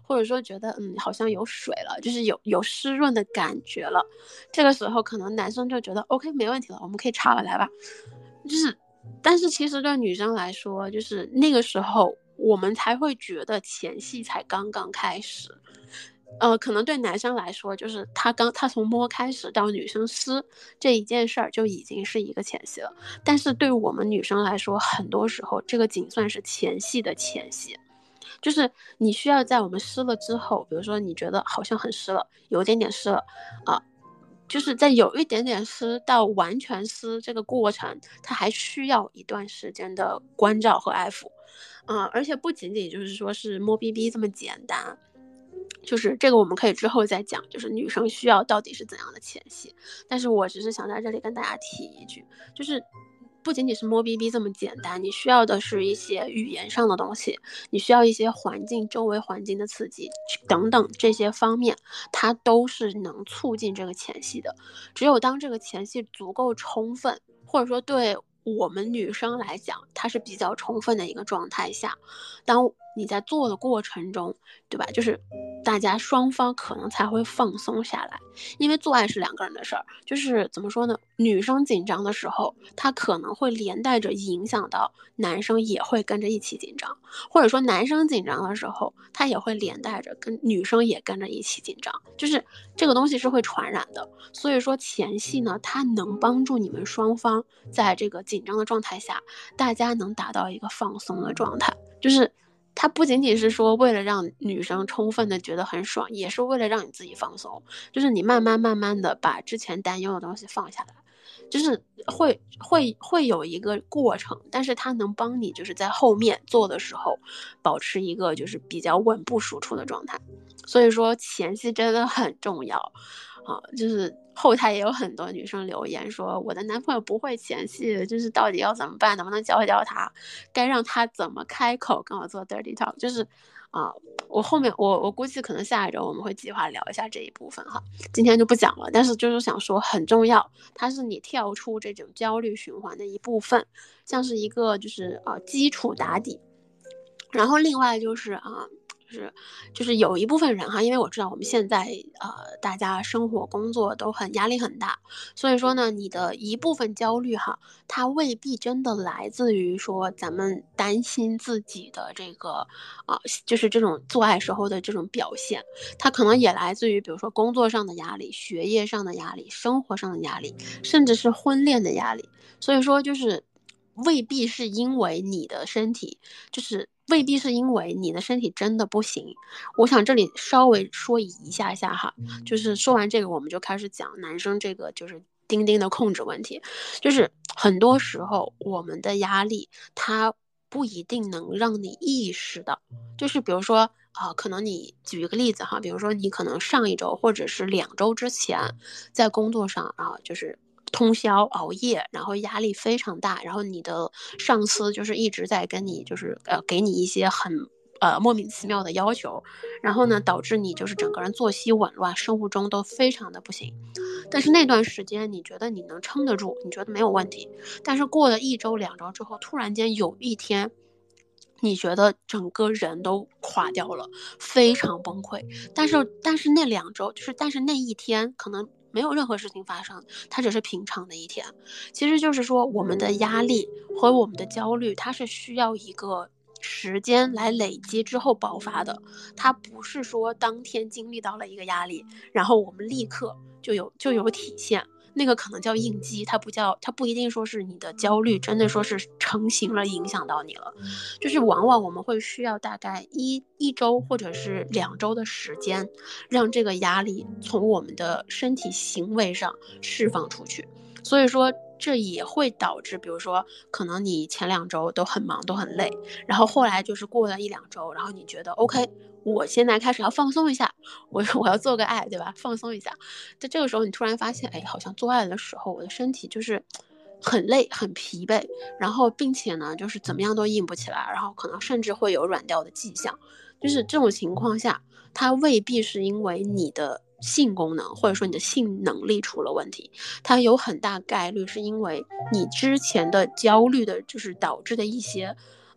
或者说觉得好像有水了，就是有湿润的感觉了，这个时候可能男生就觉得 OK 没问题了，我们可以插了，来吧。就是但是其实对女生来说，就是那个时候我们才会觉得前戏才刚刚开始。可能对男生来说，就是他从摸开始到女生湿这一件事儿就已经是一个前戏了。但是对于我们女生来说，很多时候这个仅算是前戏的前戏，就是你需要在我们湿了之后，比如说你觉得好像很湿了，有一点点湿了，就是在有一点点湿到完全湿这个过程，它还需要一段时间的关照和爱抚，而且不仅仅就是说是摸逼逼这么简单，就是这个我们可以之后再讲，就是女生需要到底是怎样的前戏。但是我只是想在这里跟大家提一句，就是不仅仅是摸逼逼这么简单，你需要的是一些语言上的东西，你需要一些周围环境的刺激等等，这些方面它都是能促进这个前戏的。只有当这个前戏足够充分，或者说对我们女生来讲它是比较充分的一个状态下，当你在做的过程中，对吧，就是大家双方可能才会放松下来。因为做爱是两个人的事儿，就是怎么说呢，女生紧张的时候，她可能会连带着影响到男生也会跟着一起紧张，或者说男生紧张的时候，他也会连带着跟女生也跟着一起紧张，就是这个东西是会传染的。所以说前戏呢，它能帮助你们双方在这个紧张的状态下，大家能达到一个放松的状态，就是它不仅仅是说为了让女生充分的觉得很爽，也是为了让你自己放松，就是你慢慢的把之前担忧的东西放下来，就是会有一个过程，但是它能帮你就是在后面做的时候保持一个就是比较稳步输出的状态。所以说前戏真的很重要就是后台也有很多女生留言说我的男朋友不会前戏，就是到底要怎么办，能不能教教他，该让他怎么开口跟我做 dirty talk， 就是我后面我估计可能下一周我们会计划聊一下这一部分哈，今天就不讲了，但是就是想说很重要，它是你跳出这种焦虑循环的一部分，像是一个就是基础打底。然后另外就是就是有一部分人哈，因为我知道我们现在大家生活工作都很压力很大，所以说呢，你的一部分焦虑哈，它未必真的来自于说咱们担心自己的这个就是这种做爱时候的这种表现，它可能也来自于比如说工作上的压力、学业上的压力、生活上的压力，甚至是婚恋的压力。所以说就是未必是因为你的身体，就是未必是因为你的身体真的不行。我想这里稍微说一下下哈，就是说完这个我们就开始讲男生这个就是钉钉的控制问题。就是很多时候我们的压力它不一定能让你意识到，就是比如说可能你举一个例子哈，比如说你可能上一周或者是2周之前在工作上就是通宵熬夜，然后压力非常大，然后你的上司就是一直在跟你就是给你一些很莫名其妙的要求，然后呢导致你就是整个人作息紊乱，生物钟都非常的不行。但是那段时间你觉得你能撑得住，你觉得没有问题，但是过了1周2周之后，突然间有一天你觉得整个人都垮掉了，非常崩溃。但是那2周但是那一天可能没有任何事情发生，它只是平常的一天。其实就是说我们的压力和我们的焦虑，它是需要一个时间来累积之后爆发的，它不是说当天经历到了一个压力，然后我们立刻就有体现。那个可能叫应激，它不一定说是你的焦虑真的说是成型了影响到你了，就是往往我们会需要大概一周或者是2周的时间，让这个压力从我们的身体行为上释放出去。所以说这也会导致，比如说可能你前2周都很忙都很累，然后后来就是过了1-2周，然后你觉得 OK， 我现在开始要放松一下，我要做个爱，对吧？放松一下。在这个时候你突然发现，哎，好像做爱的时候我的身体就是很累很疲惫，然后并且呢就是怎么样都硬不起来，然后可能甚至会有软掉的迹象。就是这种情况下，它未必是因为你的性功能或者说你的性能力出了问题，它有很大概率是因为你之前的焦虑的就是导致的一些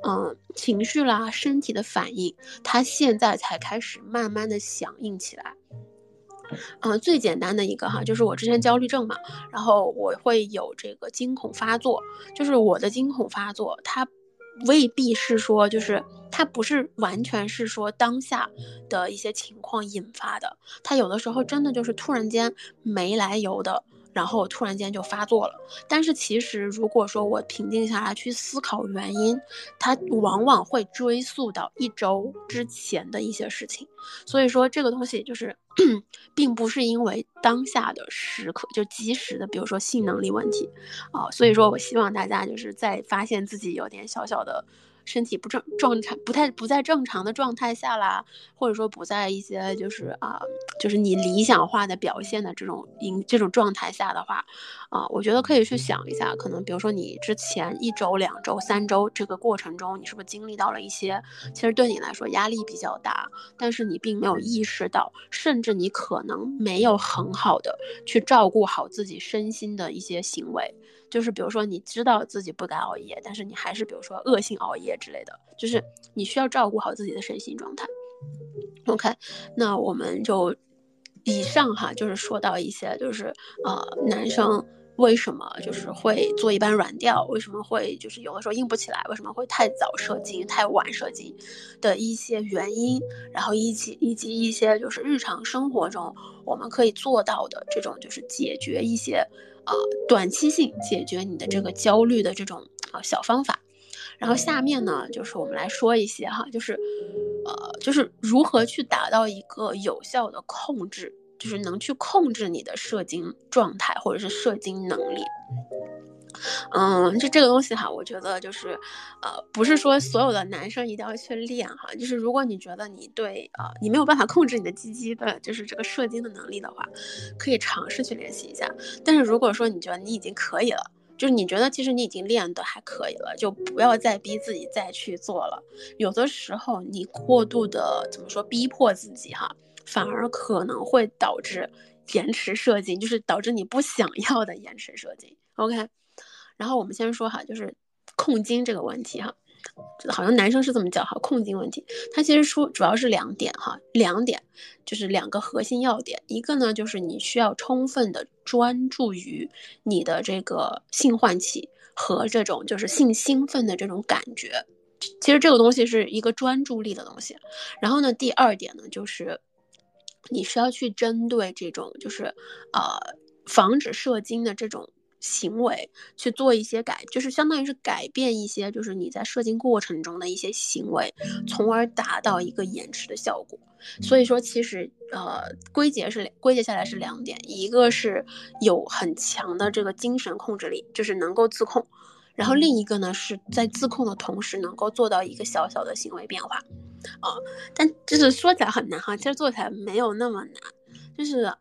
情绪啦、身体的反应，它现在才开始慢慢的响应起来。最简单的一个哈，就是我之前焦虑症嘛，然后我会有这个惊恐发作，就是我的惊恐发作，它未必是说，就是它不是完全是说当下的一些情况引发的，它有的时候真的就是突然间没来由的，然后突然间就发作了。但是其实如果说我平静下来去思考原因，它往往会追溯到1周之前的一些事情。所以说这个东西就是并不是因为当下的时刻就及时的，比如说性能力问题所以说我希望大家就是在发现自己有点小小的身体不在正常的状态下啦，或者说不在一些就是你理想化的表现的这种状态下的话我觉得可以去想一下，可能比如说你之前1周、2周、3周这个过程中，你是不是经历到了一些其实对你来说压力比较大，但是你并没有意识到，甚至你可能没有很好的去照顾好自己身心的一些行为。就是比如说你知道自己不该熬夜，但是你还是比如说恶性熬夜之类的，就是你需要照顾好自己的身心状态。OK， 那我们就以上哈，就是说到一些就是男生为什么就是会做一半软调，为什么会就是有的时候硬不起来，为什么会太早射精、太晚射精的一些原因，然后以及一些就是日常生活中我们可以做到的这种就是解决一些短期性解决你的这个焦虑的这种小方法。然后下面呢，就是我们来说一些哈，就是如何去达到一个有效的控制，就是能去控制你的射精状态或者是射精能力。这个东西哈，我觉得就是不是说所有的男生一定要去练哈，就是如果你觉得你对你没有办法控制你的鸡鸡的就是这个射精的能力的话，可以尝试去练习一下。但是如果说你觉得你已经可以了，就是你觉得其实你已经练得还可以了，就不要再逼自己再去做了。有的时候你过度的怎么说逼迫自己哈，反而可能会导致延迟射精，就是导致你不想要的延迟射精。OK， 然后我们先说哈，就是控精这个问题哈，好像男生是这么叫哈，控精问题。它其实说主要是2点哈，就是2个核心要点。一个呢，就是你需要充分的专注于你的这个性唤起和这种就是性兴奋的这种感觉。其实这个东西是一个专注力的东西。然后呢，第2点呢，就是你需要去针对这种就是防止射精的这种行为去做一些就是相当于是改变一些就是你在射精过程中的一些行为，从而达到一个延迟的效果。所以说其实归结下来是2点，一个是有很强的这个精神控制力，就是能够自控，然后另一个呢是在自控的同时能够做到一个小小的行为变化但就是说起来很难哈，其实做起来没有那么难。就是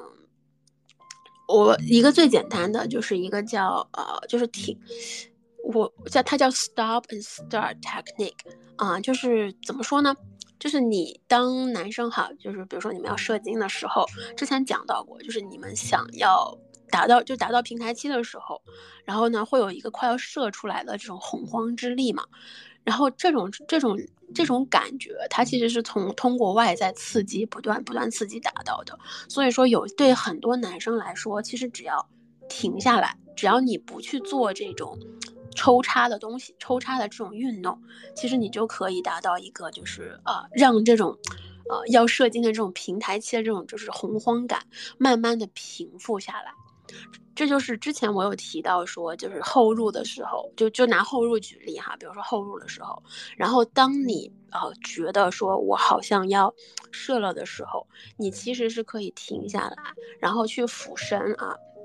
我一个最简单的就是一个叫就是它叫 stop and start technique 就是怎么说呢？就是你当男生哈，就是比如说你们要射精的时候，之前讲到过，就是你们想要达到平台期的时候，然后呢会有一个快要射出来的这种洪荒之力嘛。然后这种感觉，它其实是通过外在刺激不断刺激达到的。所以说对很多男生来说，其实只要停下来，只要你不去做这种抽插的东西，抽插的这种运动，其实你就可以达到一个就是让这种要射精的这种平台期的这种就是洪荒感慢慢的平复下来。这就是之前我有提到说，就是后入的时候，就拿后入举例哈，比如说后入的时候，然后当你觉得说我好像要射了的时候，你其实是可以停下来，然后去俯身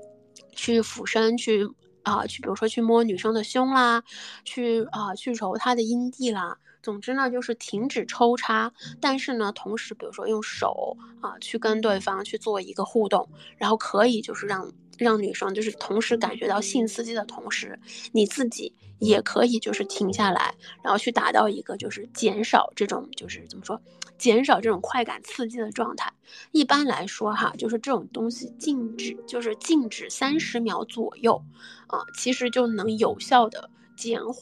去比如说去摸女生的胸啦，去揉她的阴蒂啦。总之呢，就是停止抽插，但是呢，同时比如说用手去跟对方去做一个互动，然后可以就是让女生就是同时感觉到性刺激的同时，你自己也可以就是停下来，然后去达到一个就是减少这种就是怎么说，减少这种快感刺激的状态。一般来说哈，就是这种东西静止30秒左右其实就能有效的减缓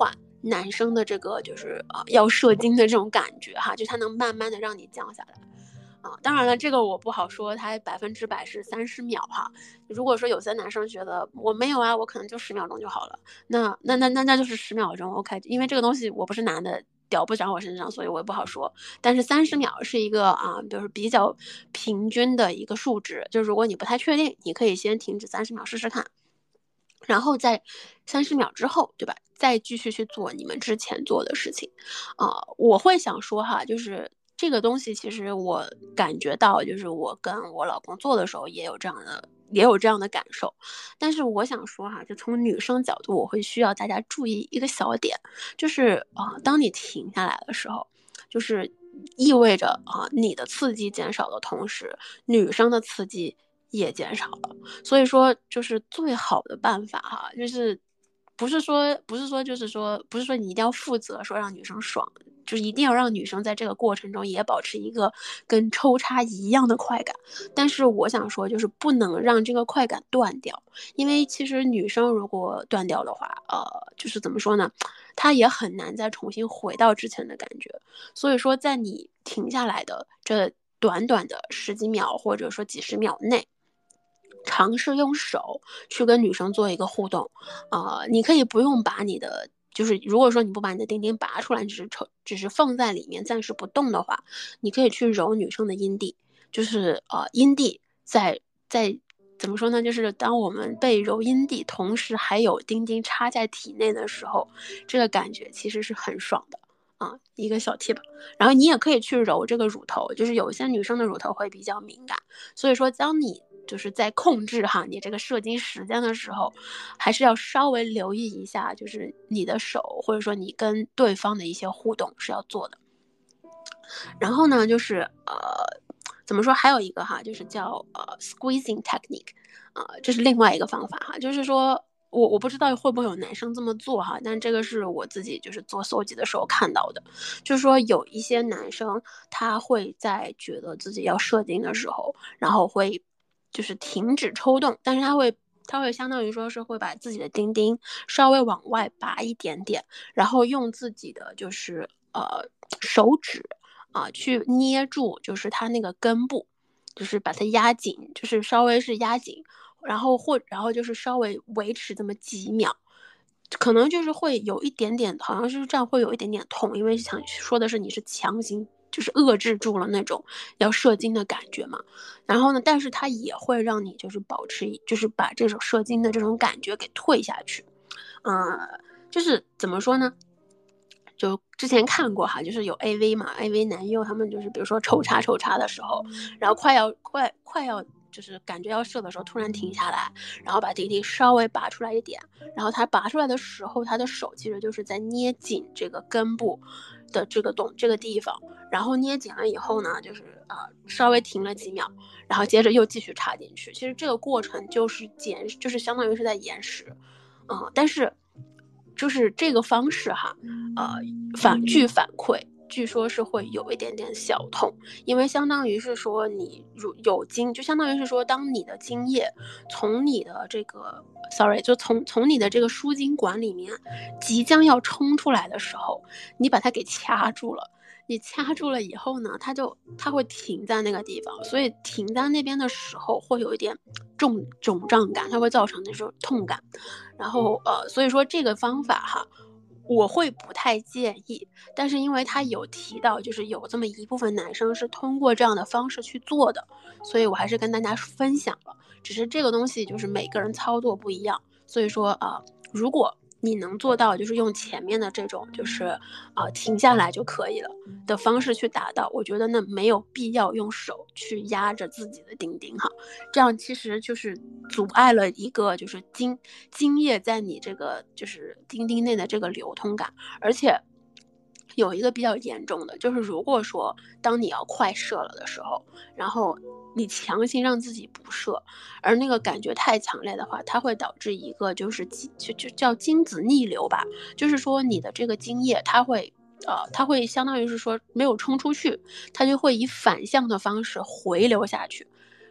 男生的这个就是要射精的这种感觉哈，就它能慢慢的让你降下来。当然了，这个我不好说，它100%是30秒哈。如果说有些男生觉得我没有啊，我可能就10秒钟就好了，那就是10秒钟 OK，因为这个东西我不是男的，屌不长我身上，所以我也不好说。但是30秒是一个就是比较平均的一个数值，就是如果你不太确定，你可以先停止30秒试试看。然后在30秒之后，对吧？再继续去做你们之前做的事情，我会想说哈，就是这个东西，其实我感觉到，就是我跟我老公做的时候也有这样的感受。但是我想说哈，就从女生角度，我会需要大家注意一个小点，就是当你停下来的时候，就是意味着你的刺激减少的同时，女生的刺激也减少了。所以说，就是最好的办法哈，就是不是说你一定要负责说让女生爽，就是一定要让女生在这个过程中也保持一个跟抽插一样的快感。但是我想说，就是不能让这个快感断掉，因为其实女生如果断掉的话，就是怎么说呢，她也很难再重新回到之前的感觉。所以说，在你停下来的这短短的10几秒，或者说几十秒内，尝试用手去跟女生做一个互动，你可以不用把你的，就是如果说你不把你的丁丁拔出来，只是放在里面暂时不动的话，你可以去揉女生的阴蒂，就是阴蒂在怎么说呢？就是当我们被揉阴蒂，同时还有丁丁插在体内的时候，这个感觉其实是很爽的。一个小 tip， 然后你也可以去揉这个乳头，就是有些女生的乳头会比较敏感，所以说当你就是在控制你这个射精时间的时候，还是要稍微留意一下，就是你的手或者说你跟对方的一些互动是要做的。然后呢，就是怎么说，还有一个就是叫squeezing technique，这是另外一个方法就是说。我不知道会不会有男生这么做但这个是我自己就是做搜集的时候看到的，就是说有一些男生他会在觉得自己要射精的时候，然后会就是停止抽动，但是他会相当于说是会把自己的丁丁稍微往外拔一点点，然后用自己的就是手指去捏住就是他那个根部，就是把它压紧，就是稍微是压紧。然后就是稍微维持这么几秒，可能就是会有一点点，好像是这样会有一点点痛，因为想说的是你是强行就是遏制住了那种要射精的感觉嘛。然后呢，但是它也会让你就是保持，就是把这种射精的这种感觉给退下去。就是怎么说呢？就之前看过就是有 AV 嘛，AV 男优他们就是比如说抽插的时候，然后快要就是感觉要射的时候突然停下来，然后把丁丁稍微拔出来一点，然后他拔出来的时候，他的手其实就是在捏紧这个根部的这个地方，然后捏紧了以后呢，就是稍微停了几秒，然后接着又继续插进去。其实这个过程就是相当于是在延时，但是就是这个方式据反馈，据说是会有一点点小痛，因为相当于是说你有精，就相当于是说当你的精液从你的这个就从你的这个输精管里面即将要冲出来的时候，你把它给掐住了。你掐住了以后呢，它会停在那个地方，所以停在那边的时候会有一点肿胀感，它会造成那种痛感。然后所以说这个方法我会不太建议，但是因为他有提到，就是有这么一部分男生是通过这样的方式去做的，所以我还是跟大家分享了。只是这个东西就是每个人操作不一样，所以说如果你能做到就是用前面的这种就是停下来就可以了的方式去达到，我觉得那没有必要用手去压着自己的丁丁这样其实就是阻碍了一个就是精液在你这个就是丁丁内的这个流通感。而且有一个比较严重的，就是如果说当你要快射了的时候，然后你强行让自己不射，而那个感觉太强烈的话，它会导致一个就是就叫精子逆流吧，就是说你的这个精液它会相当于是说没有冲出去，它就会以反向的方式回流下去。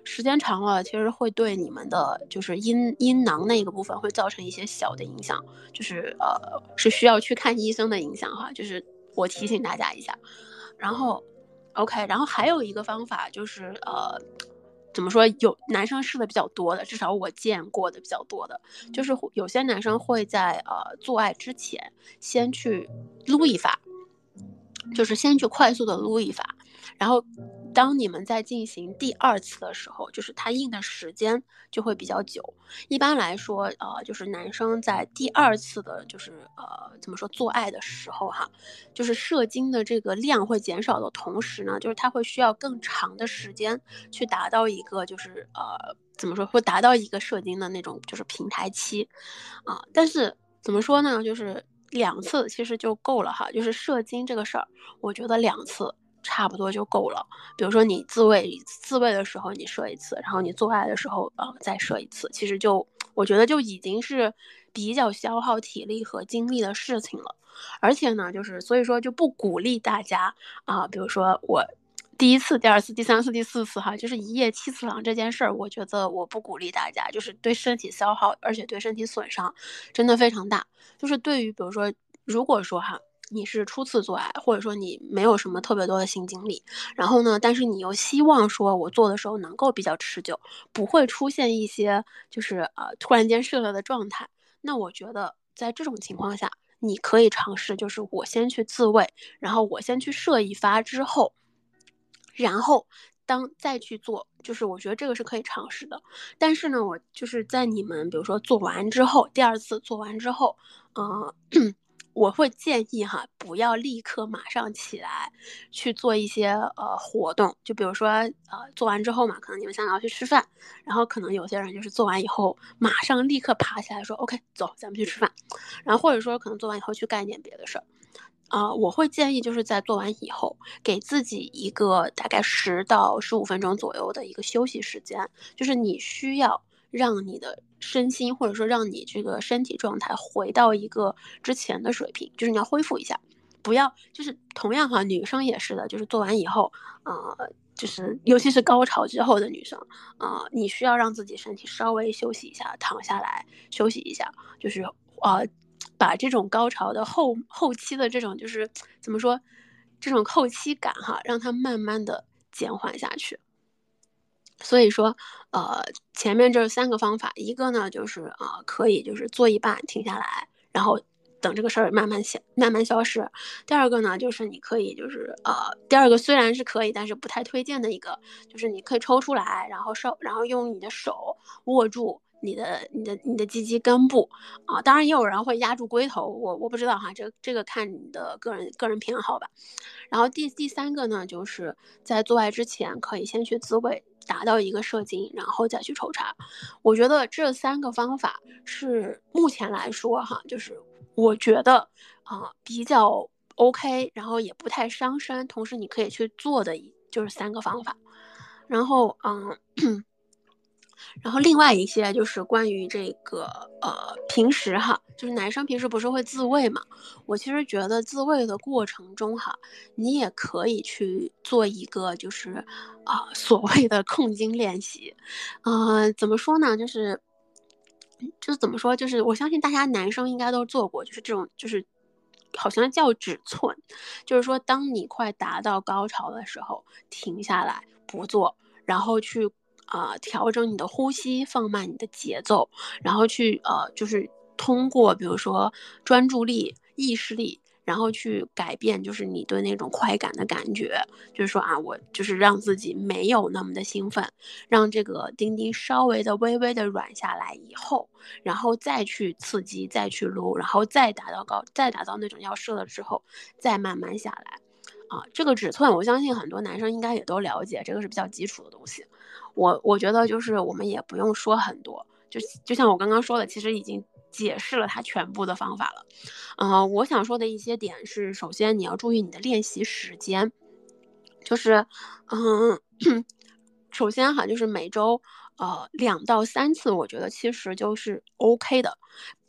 时间长了，其实会对你们的就是阴囊那个部分会造成一些小的影响，就是是需要去看医生的影响哈，就是我提醒大家一下。然后 OK， 然后还有一个方法就是怎么说，有男生试的比较多的，至少我见过的比较多的，就是有些男生会在做爱之前先去撸一发，就是先去快速的撸一发，然后当你们在进行第二次的时候，就是它硬的时间就会比较久。一般来说，就是男生在第二次的，就是怎么说做爱的时候哈，就是射精的这个量会减少的同时呢，就是他会需要更长的时间去达到一个就是怎么说会达到一个射精的那种就是平台期但是怎么说呢，就是2次其实就够了哈，就是射精这个事儿，我觉得2次差不多就够了。比如说你自慰的时候你射一次，然后你做爱的时候再射一次，其实就我觉得就已经是比较消耗体力和精力的事情了。而且呢，就是所以说就不鼓励大家比如说我第1次、第2次、第3次、第4次哈，就是一夜7次郎这件事儿，我觉得我不鼓励大家，就是对身体消耗，而且对身体损伤真的非常大。就是对于比如说，如果说哈，你是初次做爱，或者说你没有什么特别多的性经历，然后呢，但是你又希望说我做的时候能够比较持久，不会出现一些就是突然间射了的状态，那我觉得在这种情况下，你可以尝试，就是我先去自慰，然后我先去射一发之后，然后再去做，就是我觉得这个是可以尝试的。但是呢，我就是在你们比如说做完之后，第2次做完之后，我会建议哈，不要立刻马上起来去做一些活动，就比如说做完之后嘛，可能你们想要去吃饭，然后可能有些人就是做完以后马上立刻爬起来说 OK 走，咱们去吃饭，然后或者说可能做完以后去干一点别的事儿。我会建议就是在做完以后，给自己一个大概10到15分钟左右的一个休息时间，就是你需要让你的身心或者说让你这个身体状态回到一个之前的水平，就是你要恢复一下，不要就是同样哈，女生也是的，就是做完以后，就是尤其是高潮之后的女生，你需要让自己身体稍微休息一下，躺下来休息一下，就是把这种高潮的后期的这种就是怎么说，这种后期感哈，让它慢慢的减缓下去。所以说，前面这3个方法，一个呢就是可以就是做一半停下来，然后等这个事儿慢慢消失。第二个呢，就是你可以就是第二个虽然是可以，但是不太推荐的一个，就是你可以抽出来，然后用你的手握住你的鸡鸡根部当然也有人会压住龟头，我不知道哈，这个看你的个人偏好吧。然后第三个呢，就是在做爱之前可以先去自慰，达到一个射精，然后再去抽插。我觉得这3个方法是目前来说哈，就是我觉得比较 OK，然后也不太伤身，同时你可以去做的就是3个方法。然后然后另外一些就是关于这个平时哈，就是男生平时不是会自慰嘛？我其实觉得自慰的过程中哈，你也可以去做一个就是所谓的控精练习，怎么说呢？就是怎么说？就是我相信大家男生应该都做过，就是这种就是好像叫止寸，就是说当你快达到高潮的时候，停下来不做，然后去调整你的呼吸，放慢你的节奏，然后去就是通过比如说专注力、意识力，然后去改变就是你对那种快感的感觉，就是说我就是让自己没有那么的兴奋，让这个丁丁稍微的微微的软下来以后，然后再去刺激，再去撸，然后再达到那种要射了之后，再慢慢下来。这个尺寸我相信很多男生应该也都了解，这个是比较基础的东西。我觉得就是我们也不用说很多，就像我刚刚说的，其实已经解释了它全部的方法了。我想说的一些点是，首先你要注意你的练习时间，就是首先哈，就是每周2到3次，我觉得其实就是 OK 的。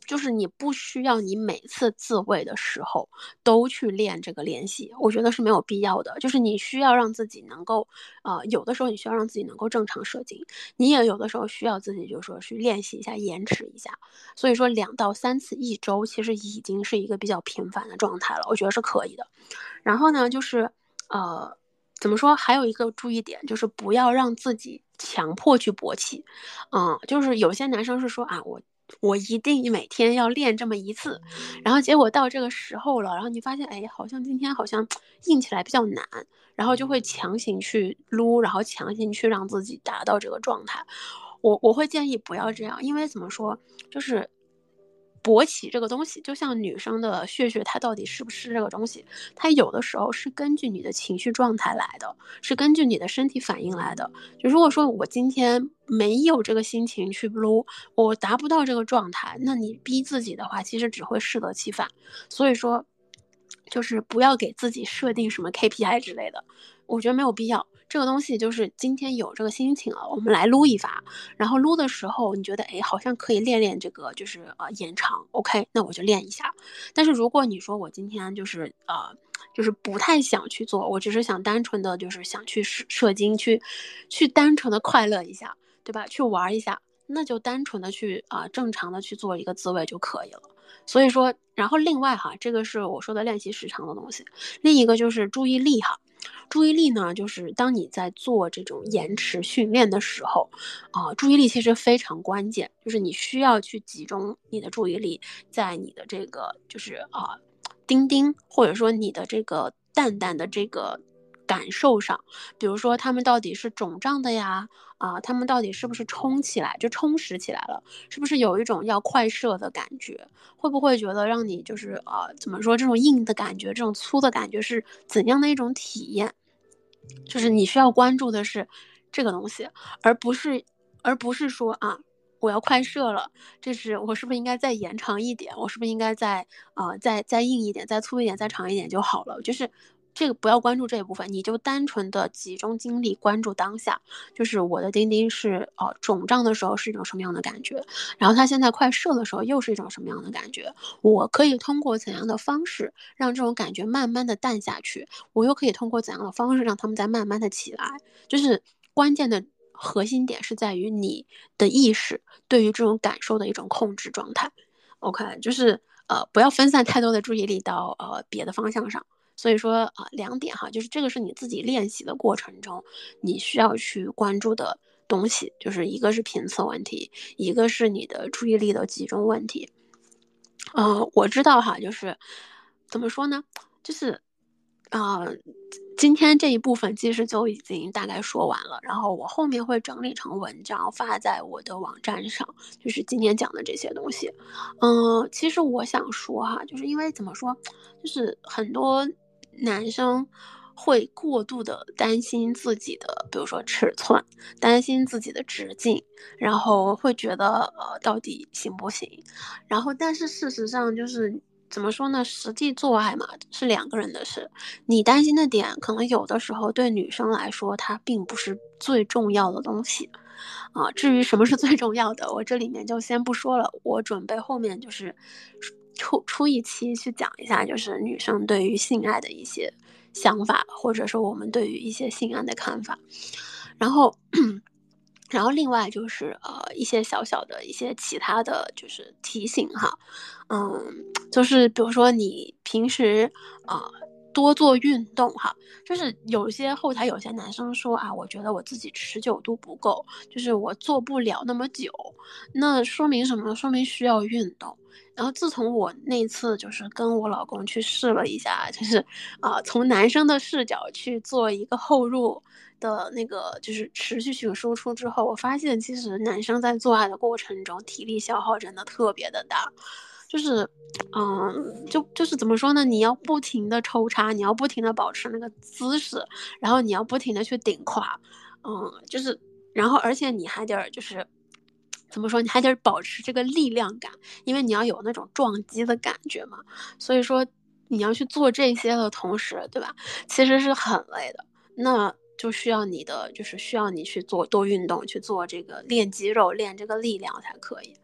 就是你不需要你每次自慰的时候都去练这个练习，我觉得是没有必要的。就是你需要让自己能够，有的时候你需要让自己能够正常射精，你也有的时候需要自己就是说去练习一下、延迟一下。所以说2到3次一周其实已经是一个比较频繁的状态了，我觉得是可以的。然后呢，就是怎么说？还有一个注意点就是不要让自己强迫去勃起。就是有些男生是说啊，我一定每天要练这么一次，然后结果到这个时候了，然后你发现，哎，好像今天好像硬起来比较难，然后就会强行去撸，然后强行去让自己达到这个状态。我会建议不要这样，因为怎么说，就是勃起这个东西，就像女生的血它到底是不是这个东西，它有的时候是根据你的情绪状态来的，是根据你的身体反应来的。就如果说我今天没有这个心情去撸，我达不到这个状态，那你逼自己的话，其实只会适得其反。所以说，就是不要给自己设定什么 KPI 之类的，我觉得没有必要。这个东西就是今天有这个心情了，我们来撸一发。然后撸的时候，你觉得哎，好像可以练练这个，就是延长，OK，那我就练一下。但是如果你说我今天就是不太想去做，我只是想单纯的就是想去射精，去单纯的快乐一下，对吧？去玩一下，那就单纯的去正常的去做一个自慰就可以了。所以说，然后另外哈，这个是我说的练习时长的东西，另一个就是注意力哈。注意力呢，就是当你在做这种延迟训练的时候，注意力其实非常关键，就是你需要去集中你的注意力在你的这个就是钉钉，或者说你的这个蛋蛋的这个感受上，比如说他们到底是肿胀的呀，他们到底是不是充起来，就充实起来了，是不是有一种要快射的感觉，会不会觉得让你就是怎么说，这种硬的感觉，这种粗的感觉是怎样的一种体验？就是你需要关注的是这个东西，而不是说我要快射了，这是我是不是应该再延长一点？我是不是应该再硬一点、再粗一点、再长一点就好了？就是这个不要关注这一部分，你就单纯的集中精力关注当下。就是我的丁丁是肿胀的时候是一种什么样的感觉，然后它现在快射的时候又是一种什么样的感觉？我可以通过怎样的方式让这种感觉慢慢的淡下去？我又可以通过怎样的方式让他们再慢慢的起来？就是关键的核心点是在于你的意识对于这种感受的一种控制状态。OK，就是不要分散太多的注意力到别的方向上。所以说2点哈，就是这个是你自己练习的过程中你需要去关注的东西，就是一个是频次问题，一个是你的注意力的集中问题。我知道哈，就是怎么说呢，就是今天这一部分其实就已经大概说完了，然后我后面会整理成文章发在我的网站上，就是今天讲的这些东西。其实我想说哈，就是因为怎么说，就是很多男生会过度的担心自己的，比如说尺寸，担心自己的直径，然后会觉得到底行不行？然后但是事实上就是怎么说呢？实际做爱嘛是2个人的事，你担心的点可能有的时候对女生来说它并不是最重要的东西。至于什么是最重要的，我这里面就先不说了，我准备后面就是出一期去讲一下，就是女生对于性爱的一些想法，或者说我们对于一些性爱的看法。然后然后另外就是一些小小的一些其他的就是提醒哈。就是比如说你平时多做运动哈，就是有些后台有些男生说我觉得我自己持久度不够，就是我做不了那么久，那说明什么？说明需要运动。然后自从我那次就是跟我老公去试了一下，就是从男生的视角去做一个后入的那个就是持续性输出之后，我发现其实男生在做爱的过程中体力消耗真的特别的大。就是就是怎么说呢，你要不停的抽插，你要不停的保持那个姿势，然后你要不停的去顶胯。就是然后而且你还得就是怎么说，你还得保持这个力量感，因为你要有那种撞击的感觉嘛。所以说你要去做这些的同时，对吧？其实是很累的。那就需要你的，就是需要你去做多运动，去做这个练肌肉、练这个力量才可以。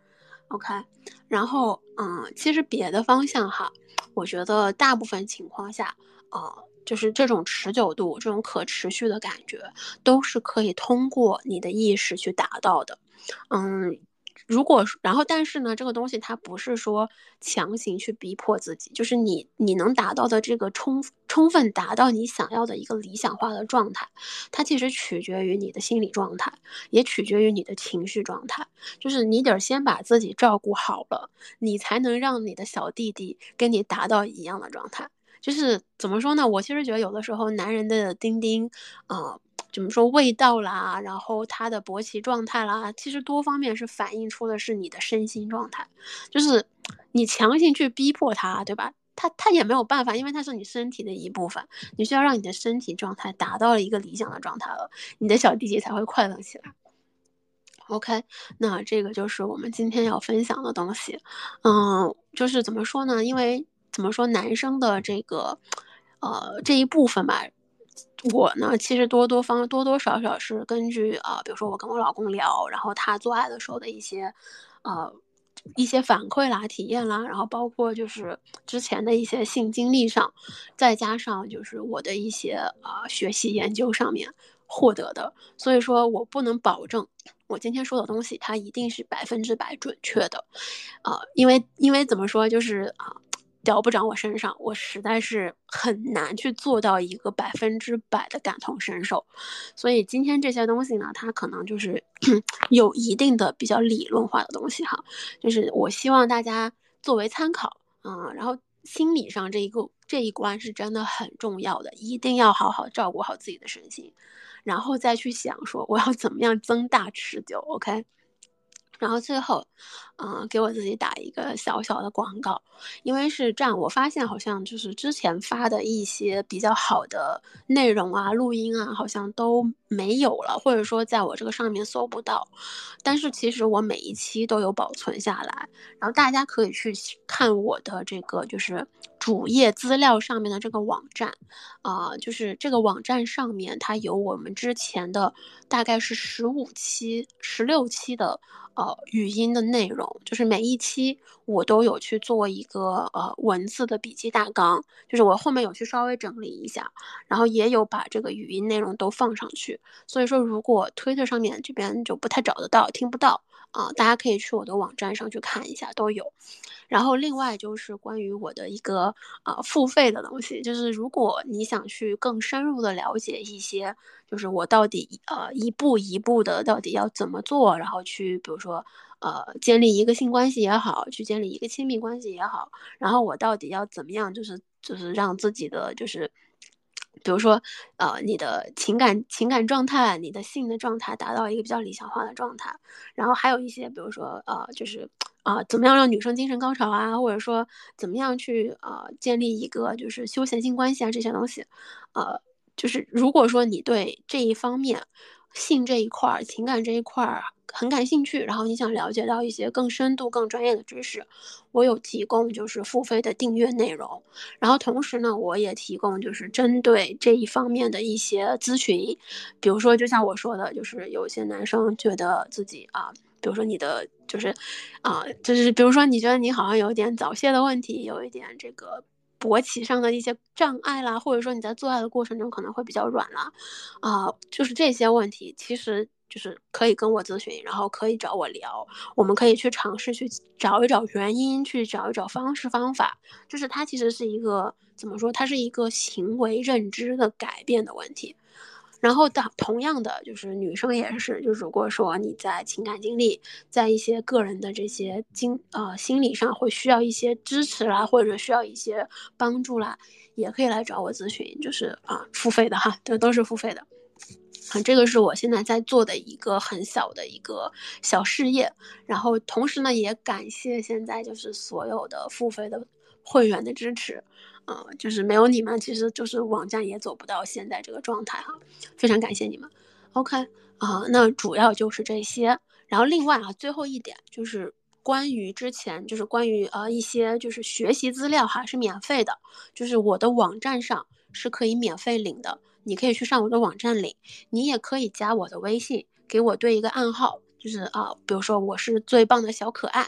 OK，然后其实别的方向哈，我觉得大部分情况下，就是这种持久度、这种可持续的感觉，都是可以通过你的意识去达到的。嗯，如果然后但是呢，这个东西它不是说强行去逼迫自己，就是你能达到的这个充分达到你想要的一个理想化的状态，它其实取决于你的心理状态，也取决于你的情绪状态。就是你得先把自己照顾好了，你才能让你的小弟弟跟你达到一样的状态。就是怎么说呢？我其实觉得有的时候男人的丁丁，怎么说味道啦，然后他的勃起状态啦，其实多方面是反映出的是你的身心状态。就是你强行去逼迫他，对吧？他也没有办法，因为他是你身体的一部分，你需要让你的身体状态达到了一个理想的状态了，你的小弟弟才会快乐起来。OK，那这个就是我们今天要分享的东西。就是怎么说呢？因为怎么说，男生的这个，这一部分吧，我呢其实多多少少是根据比如说我跟我老公聊，然后他做爱的时候的呃，一些反馈啦、体验啦，然后包括就是之前的一些性经历上，再加上就是我的一些学习研究上面获得的。所以说我不能保证我今天说的东西它一定是100%准确的，因为怎么说，就是屌不长我身上，我实在是很难去做到一个100%的感同身受。所以今天这些东西呢，它可能就是有一定的比较理论化的东西哈，就是我希望大家作为参考，然后心理上这一关是真的很重要的，一定要好好照顾好自己的身心。然后再去想说我要怎么样增大持久，OK。然后最后，给我自己打一个小小的广告，因为是这样，我发现好像就是之前发的一些比较好的内容啊、录音啊，好像都没有了，或者说在我这个上面搜不到。但是其实我每一期都有保存下来，然后大家可以去看我的这个就是主页资料上面的这个网站，就是这个网站上面它有我们之前的大概是15期、16期的语音的内容，就是每一期我都有去做一个文字的笔记大纲，就是我后面有去稍微整理一下，然后也有把这个语音内容都放上去。所以说，如果推特上面这边就不太找得到、听不到大家可以去我的网站上去看一下，都有。然后另外就是关于我的一个付费的东西，就是如果你想去更深入的了解一些，就是我到底一步一步的到底要怎么做，然后去比如说建立一个性关系也好，去建立一个亲密关系也好，然后我到底要怎么样，就是让自己的就是比如说，你的情感状态，你的性的状态达到一个比较理想化的状态，然后还有一些，比如说，就是怎么样让女生精神高潮啊，或者说怎么样去建立一个就是休闲性关系啊这些东西，就是如果说你对这一方面，性这一块儿、情感这一块儿很感兴趣，然后你想了解到一些更深度、更专业的知识，我有提供就是付费的订阅内容。然后同时呢，我也提供就是针对这一方面的一些咨询，比如说就像我说的，就是有些男生觉得自己比如说你的就是比如说你觉得你好像有一点早泄的问题，有一点这个勃起上的一些障碍啦，或者说你在做爱的过程中可能会比较软啦，就是这些问题，其实就是可以跟我咨询，然后可以找我聊，我们可以去尝试去找一找原因，去找一找方式方法，就是它其实是一个怎么说？它是一个行为认知的改变的问题。然后同样的，就是女生也是，就如果说你在情感经历，在一些个人的这些心理上会需要一些支持啦，或者需要一些帮助啦，也可以来找我咨询，就是付费的哈，这都是付费的。这个是我现在在做的一个很小的一个小事业，然后同时呢，也感谢现在就是所有的付费的会员的支持，就是没有你们，其实就是网站也走不到现在这个状态哈，非常感谢你们。OK，那主要就是这些，然后另外最后一点就是关于之前就是关于一些就是学习资料哈是免费的，就是我的网站上是可以免费领的。你可以去上我的网站领，你也可以加我的微信，给我对一个暗号，就是比如说我是最棒的小可爱，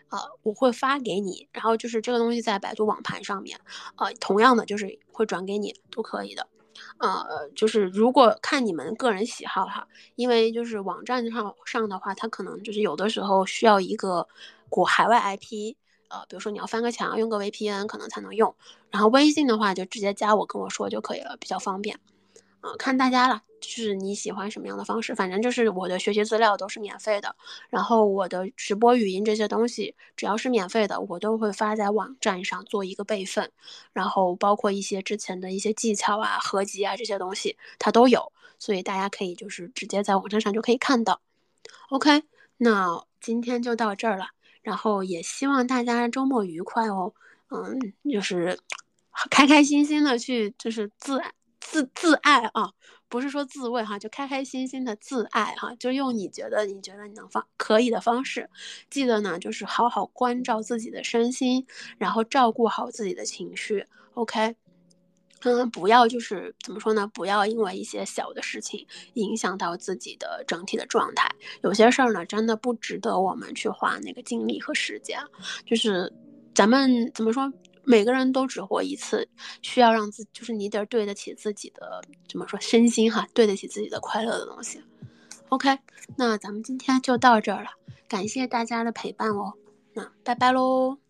我会发给你，然后就是这个东西在百度网盘上面，同样的就是会转给你，都可以的。就是如果看你们个人喜好哈，因为就是网站上的话，它可能就是有的时候需要一个海外 IP，比如说你要翻个墙，用个 VPN 可能才能用。然后微信的话就直接加我跟我说就可以了，比较方便。看大家了，就是你喜欢什么样的方式，反正就是我的学习资料都是免费的，然后我的直播语音这些东西只要是免费的，我都会发在网站上做一个备份，然后包括一些之前的一些技巧啊、合集啊这些东西它都有，所以大家可以就是直接在网站上就可以看到。OK，那今天就到这儿了，然后也希望大家周末愉快哦。就是开开心心的去，就是自爱啊，不是说自慰哈，就开开心心的自爱哈，就用你觉得你能可以的方式，记得呢就是好好关照自己的身心，然后照顾好自己的情绪。OK。不要就是怎么说呢？不要因为一些小的事情影响到自己的整体的状态。有些事儿呢，真的不值得我们去花那个精力和时间。就是咱们怎么说，每个人都只活一次，需要让就是你得对得起自己的怎么说身心哈，对得起自己的快乐的东西。OK，那咱们今天就到这儿了，感谢大家的陪伴哦。那拜拜喽。